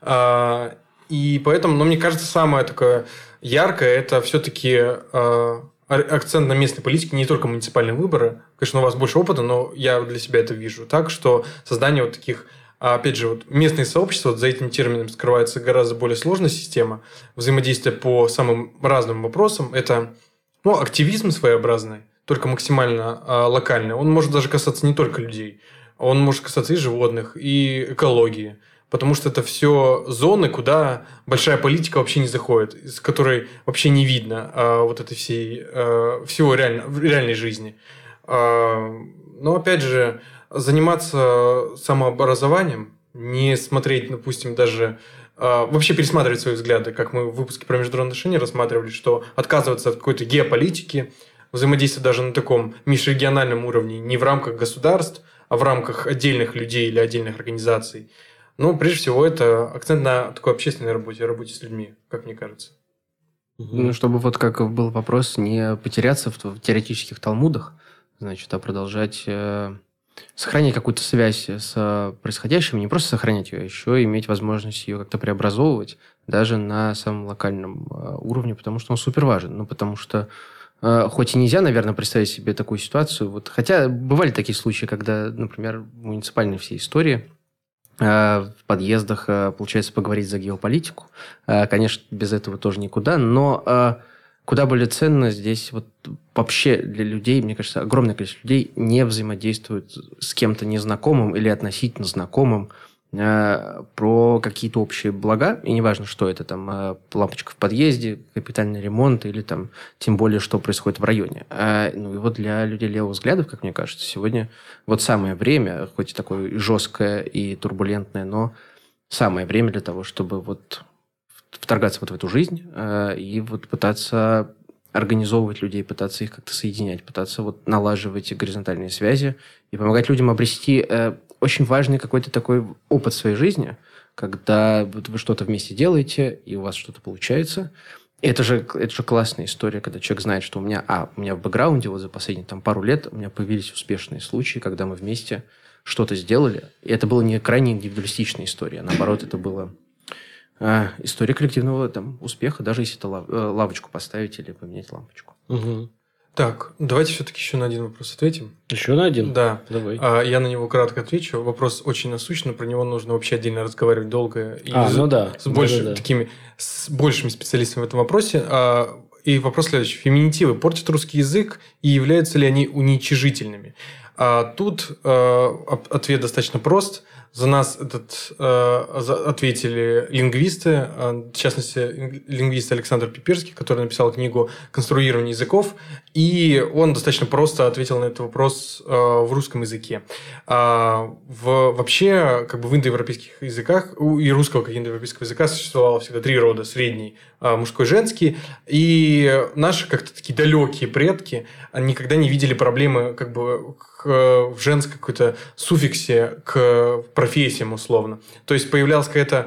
B: А, и поэтому, ну, мне кажется, самое такое яркое, это все-таки а, акцент на местной политике, не только муниципальные выборы. Конечно, у вас больше опыта, но я для себя это вижу так, что создание вот таких... А опять же, вот местные сообщества, вот за этим термином скрывается гораздо более сложная система взаимодействия по самым разным вопросам. Это, ну, активизм своеобразный, только максимально а, локальный. Он может даже касаться не только людей, он может касаться и животных, и экологии. Потому что это все зоны, куда большая политика вообще не заходит, из которой вообще не видно а, вот этой всей, а, всего реально, реальной жизни. А, но опять же, заниматься самообразованием, не смотреть, допустим, даже э, вообще пересматривать свои взгляды, как мы в выпуске про международные отношения рассматривали, что отказываться от какой-то геополитики, взаимодействовать даже на таком межрегиональном уровне, не в рамках государств, а в рамках отдельных людей или отдельных организаций. Но прежде всего это акцент на такой общественной работе, работе с людьми, как мне кажется.
C: Ну, чтобы вот как был вопрос, не потеряться в, в теоретических талмудах, значит, а продолжать... Э... сохранять какую-то связь с происходящим, не просто сохранять ее, а еще иметь возможность ее как-то преобразовывать даже на самом локальном уровне, потому что он супер важен. Ну, потому что хоть и нельзя, наверное, представить себе такую ситуацию, вот, хотя бывали такие случаи, когда, например, в муниципальной всей истории в подъездах получается поговорить за геополитику. Конечно, без этого тоже никуда, но... Куда более ценно здесь вот вообще для людей, мне кажется, огромное количество людей не взаимодействует с кем-то незнакомым или относительно знакомым э, про какие-то общие блага, и неважно, что это, там, э, лампочка в подъезде, капитальный ремонт или там, тем более, что происходит в районе. А, ну и вот для людей левых взглядов, как мне кажется, сегодня вот самое время, хоть и такое жесткое и турбулентное, но самое время для того, чтобы вот... вторгаться вот в эту жизнь э, и вот пытаться организовывать людей, пытаться их как-то соединять, пытаться вот налаживать горизонтальные связи и помогать людям обрести э, очень важный какой-то такой опыт своей жизни, когда вот вы что-то вместе делаете, и у вас что-то получается. И это же, это же классная история, когда человек знает, что у меня, а, у меня в бэкграунде вот за последние там, пару лет у меня появились успешные случаи, когда мы вместе что-то сделали. И это была не крайне индивидуалистичная история, а наоборот, это было... история коллективного там, успеха, даже если это лав, лавочку поставить или поменять лампочку.
A: Угу.
B: Так, давайте все-таки еще на один вопрос ответим.
A: Еще на один?
B: Да.
A: Давай.
B: А, я на него кратко отвечу. Вопрос очень насущный, про него нужно вообще отдельно разговаривать долго. И
A: а,
B: с,
A: ну да.
B: С, больше,
A: да, да, да.
B: Такими, с большими специалистами в этом вопросе. А, и вопрос следующий. Феминитивы портят русский язык и являются ли они уничижительными? А, тут а, ответ достаточно прост. За нас этот э, за, ответили лингвисты, э, в частности, лингвист Александр Пиперский, который написал книгу «Конструирование языков», и он достаточно просто ответил на этот вопрос э, в русском языке. А, в, вообще, как бы в индоевропейских языках, и русского как индоевропейского языка существовало всегда три рода: средний, э, мужской, женский, и наши как-то такие далекие предки никогда не видели проблемы как бы к, в женской какой-то суффиксе к профессиям условно. То есть появлялась какая-то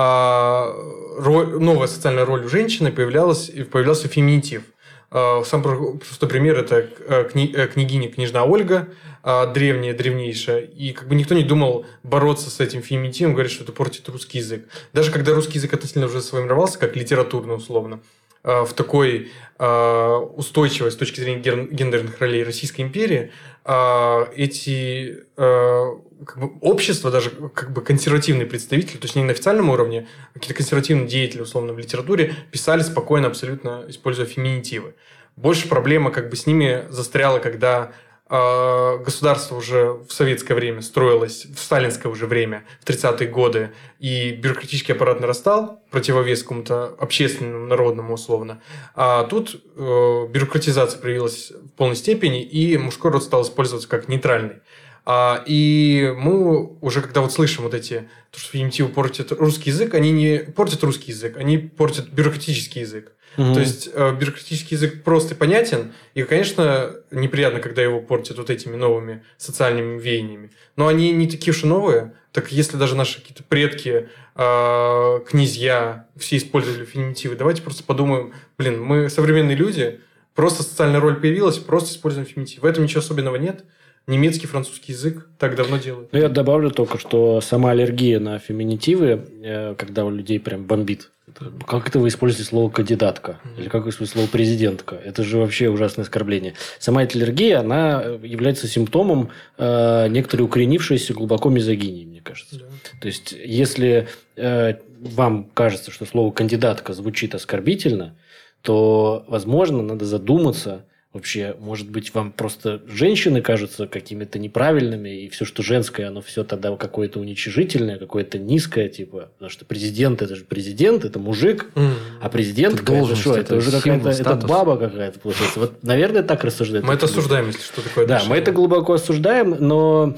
B: э, роль, новая социальная роль у женщины, появлялась, появлялся феминитив. Э, сам простой пример – это кни, княгиня княжна Ольга, э, древняя, древнейшая. И как бы никто не думал бороться с этим феминитивом, говорить, что это портит русский язык. Даже когда русский язык относительно уже сформировался, как литературно условно, в такой э, устойчивой с точки зрения гендерных ролей Российской империи, э, эти э, как бы, общества, даже как бы консервативные представители, то есть не на официальном уровне, а какие-то консервативные деятели, условно, в литературе, писали спокойно, абсолютно используя феминитивы. Больше проблема как бы с ними застряла, когда государство уже в советское время строилось, в сталинское уже время, в тридцатые годы, и бюрократический аппарат нарастал, противовес какому-то общественному, народному условно. А тут э, бюрократизация проявилась в полной степени, и мужской род стал использоваться как нейтральный. А, и мы уже, когда вот слышим вот эти, то, что феминитивы портят русский язык, они не портят русский язык, они портят бюрократический язык. Угу. То есть, э, бюрократический язык прост и понятен, и, конечно, неприятно, когда его портят вот этими новыми социальными веяниями. Но они не такие уж и новые. Так если даже наши какие-то предки, э, князья, все использовали феминитивы, давайте просто подумаем, блин, мы современные люди, просто социальная роль появилась, просто используем феминитив. В этом ничего особенного нет. Немецкий, французский язык так давно делают.
A: Ну, я добавлю только, что сама аллергия на феминитивы, когда у людей прям бомбит. Как это вы используете слово «кандидатка»? Или как вы используете слово «президентка»? Это же вообще ужасное оскорбление. Сама эта аллергия, она является симптомом э, некоторой укоренившейся глубоко мизогинии, мне кажется. Да. То есть, если э, вам кажется, что слово «кандидатка» звучит оскорбительно, то, возможно, надо задуматься. Вообще, может быть, вам просто женщины кажутся какими-то неправильными, и все, что женское, оно все тогда какое-то уничижительное, какое-то низкое, типа, потому что президент – это же президент, это мужик, mm. а президентка – это что? Это, это уже какая-то это баба какая-то, получается. Вот, наверное, так рассуждают.
B: Мы это осуждаем, если что такое.
A: Да, мы это глубоко осуждаем, но,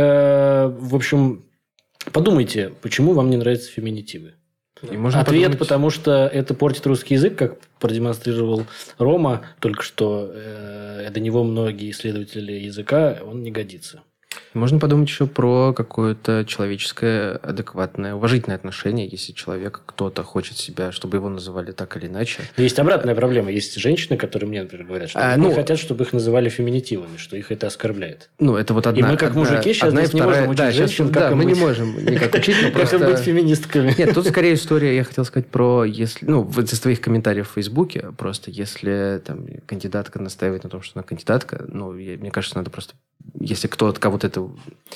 A: э, в общем, подумайте, почему вам не нравятся феминитивы? И можно Ответ, подумать... потому что это портит русский язык, как продемонстрировал Рома только что. Э, до него многие исследователи языка, он не годится.
C: Можно подумать еще про какое-то человеческое, адекватное, уважительное отношение, если человек, кто-то хочет себя, чтобы его называли так или иначе.
A: Но есть обратная проблема. Есть женщины, которые мне, например, говорят, что а, они ну, хотят, чтобы их называли феминитивами, что их это оскорбляет.
C: Ну, это вот одна...
A: И мы, как
C: одна,
A: мужики, сейчас
C: одна
A: не
C: вторая,
A: можем учить
C: да,
A: женщин,
C: сейчас,
A: как
C: да,
A: им
C: мы
A: быть.
C: не можем никак учить, но просто...
A: Как им быть феминистками.
C: Нет, тут скорее история, я хотел сказать про, если, ну, из твоих комментариев в Фейсбуке, просто если там кандидатка настаивает на том, что она кандидатка, ну, я, мне кажется, надо просто, если кто-то кого-то это...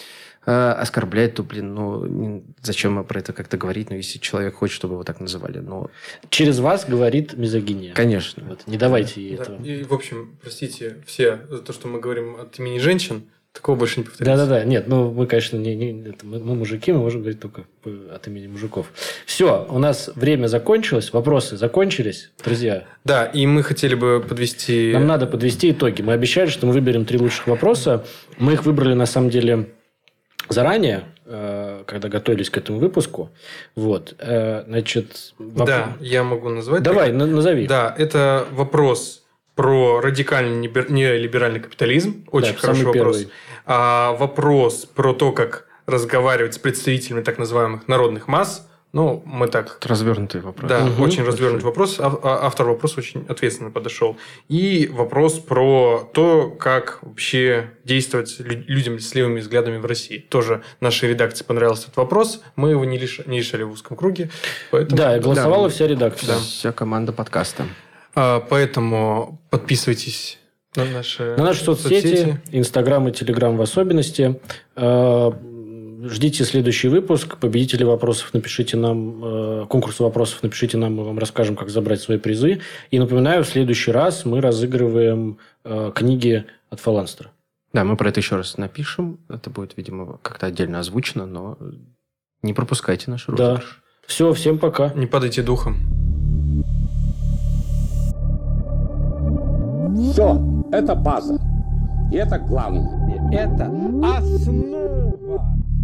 C: оскорблять, то, блин, ну, не, зачем про это как-то говорить, ну, если человек хочет, чтобы его так называли, но...
A: Через вас говорит мизогиния.
C: Конечно.
A: Вот, не давайте ей
B: да.
A: этого.
B: И, в общем, простите все за то, что мы говорим от имени женщин, такого больше не повторится.
A: Да-да-да, нет, ну, мы, конечно, не, не, это, мы, мы мужики, мы можем говорить только от имени мужиков. Все, у нас время закончилось, вопросы закончились, друзья.
B: Да, и мы хотели бы подвести...
A: Нам надо подвести итоги. Мы обещали, что мы выберем три лучших вопроса. Мы их выбрали, на самом деле... заранее, когда готовились к этому выпуску. Вот. Значит, вопрос...
B: Да, я могу назвать.
A: Давай, так. назови.
B: Да, это вопрос про радикальный нелиберальный капитализм. Очень да, хороший вопрос. А, вопрос про то, как разговаривать с представителями так называемых народных масс. Ну, мы так...
C: Это развернутый вопрос.
B: Да,
C: угу,
B: очень развернутый вопрос. Автор вопроса очень ответственно подошел. И вопрос про то, как вообще действовать людям с левыми взглядами в России. Тоже нашей редакции понравился этот вопрос. Мы его не, лиш... не решали в узком круге. Поэтому...
A: Да, и голосовала да, вся редакция.
C: Да. Вся команда подкаста.
B: А, поэтому подписывайтесь на наши,
A: на наши соцсети, соцсети, Инстаграм и Телеграм в особенности. Ждите следующий выпуск. Победители вопросов напишите нам, конкурса вопросов напишите нам, мы вам расскажем, как забрать свои призы. И напоминаю, в следующий раз мы разыгрываем книги от Фаланстера.
C: Да, мы про это еще раз напишем. Это будет, видимо, как-то отдельно озвучено, но не пропускайте наш розыгрыш.
A: Да. Все, всем пока.
B: Не падайте духом.
D: Все, это база. И это главное.
E: Это основа.